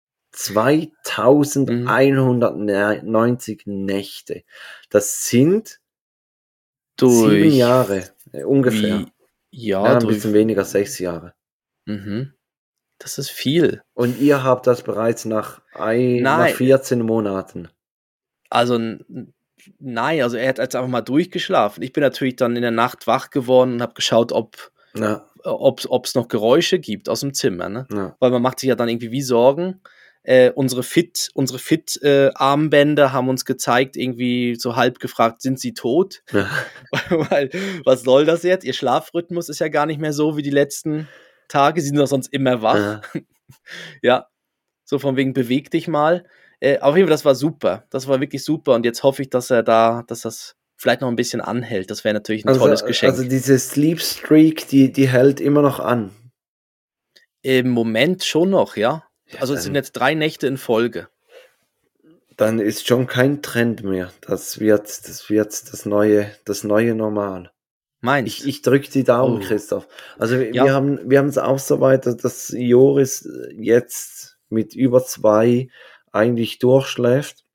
zweitausendeinhundertneunzig Nächte. Das sind sieben Durch Jahre, äh, ungefähr. wie, ja, Ja, ein durch, bisschen weniger, sechs Jahre. mhm. Das ist viel. Und ihr habt das bereits nach, ein, nach Nein, vierzehn Monaten. also n- nein, also er hat jetzt einfach mal durchgeschlafen. Ich bin natürlich dann in der Nacht wach geworden und habe geschaut, ob Ja, ob es noch Geräusche gibt aus dem Zimmer, ne? ja. Weil man macht sich ja dann irgendwie wie Sorgen. Äh, unsere Fit, unsere Fit äh, Armbänder haben uns gezeigt, irgendwie so halb gefragt, sind sie tot? Ja. Weil, was soll das jetzt? Ihr Schlafrhythmus ist ja gar nicht mehr so wie die letzten Tage. Sie sind doch sonst immer wach. Ja. Ja, so von wegen beweg dich mal. Äh, auf jeden Fall, das war super. Das war wirklich super. Und jetzt hoffe ich, dass er da, dass das vielleicht noch ein bisschen anhält. Das wäre natürlich ein Also, tolles Geschenk. also diese Sleep Streak, die, die hält immer noch an. Im Moment schon noch, ja. Ja, Also es sind dann, jetzt drei Nächte in Folge. dann ist schon kein Trend mehr. Das wird das, wird das, neue, das neue Normal. Meinst? Ich, ich drücke die Daumen, Oh. Christoph. Also wir, Ja. wir haben wir haben es auch so weit, dass- dass Joris jetzt mit über zwei eigentlich durchschläft.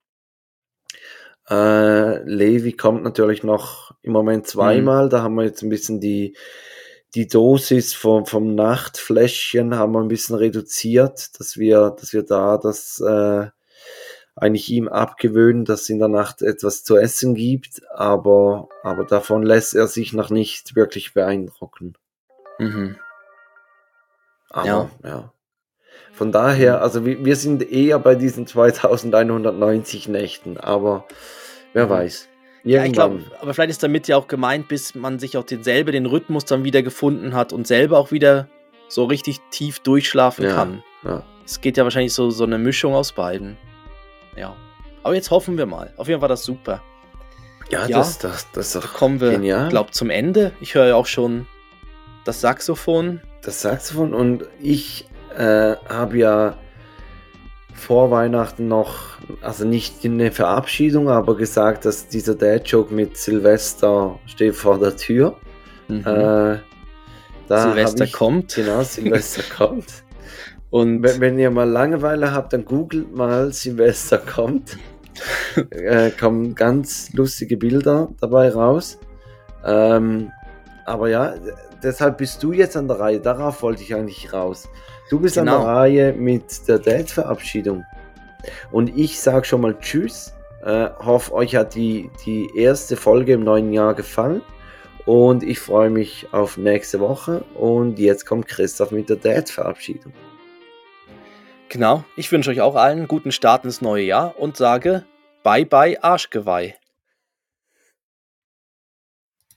Äh, Levi kommt natürlich noch im Moment zweimal. Da haben wir jetzt ein bisschen die, die Dosis vom, vom Nachtfläschchen haben wir ein bisschen reduziert, dass wir, dass wir da das äh, eigentlich ihm abgewöhnen, dass es in der Nacht etwas zu essen gibt, aber, aber davon lässt er sich noch nicht wirklich beeindrucken. Mhm. Aber Ja. ja. Von daher, also wir, wir sind eher bei diesen zweitausendeinhundertneunzig Nächten, aber wer Mhm. weiß. Ja, ich Irgendwann. glaube, aber vielleicht ist damit ja auch gemeint, bis man sich auch denselbe, den Rhythmus dann wieder gefunden hat und selber auch wieder so richtig tief durchschlafen Ja. kann. Ja. Es geht ja wahrscheinlich so, so eine Mischung aus beiden. Ja. Aber jetzt hoffen wir mal. Auf jeden Fall war das super. Ja, Ja. Das, das, das ist Da doch kommen wir, genial. glaube zum Ende. Ich höre ja auch schon das Saxophon. Das Saxophon und ich äh, habe ja vor Weihnachten noch, also nicht eine Verabschiedung, aber gesagt, dass dieser Dad-Joke mit Silvester steht vor der Tür. Mhm. Äh, da Silvester hab ich, kommt. Genau, Silvester kommt. Und Wenn, wenn ihr mal Langeweile habt, dann googelt mal Silvester kommt. äh, kommen ganz lustige Bilder dabei raus. Ähm, aber ja, deshalb bist du jetzt an der Reihe. Darauf wollte ich eigentlich raus. Du bist Genau. an der Reihe mit der Dad-Verabschiedung. Und ich sage schon mal Tschüss. Äh, hoffe, euch hat die, die erste Folge im neuen Jahr gefallen. Und ich freue mich auf nächste Woche. Und jetzt kommt Christoph mit der Dad-Verabschiedung. Genau, ich wünsche euch auch allen einen guten Start ins neue Jahr und sage Bye bye Arschgeweih.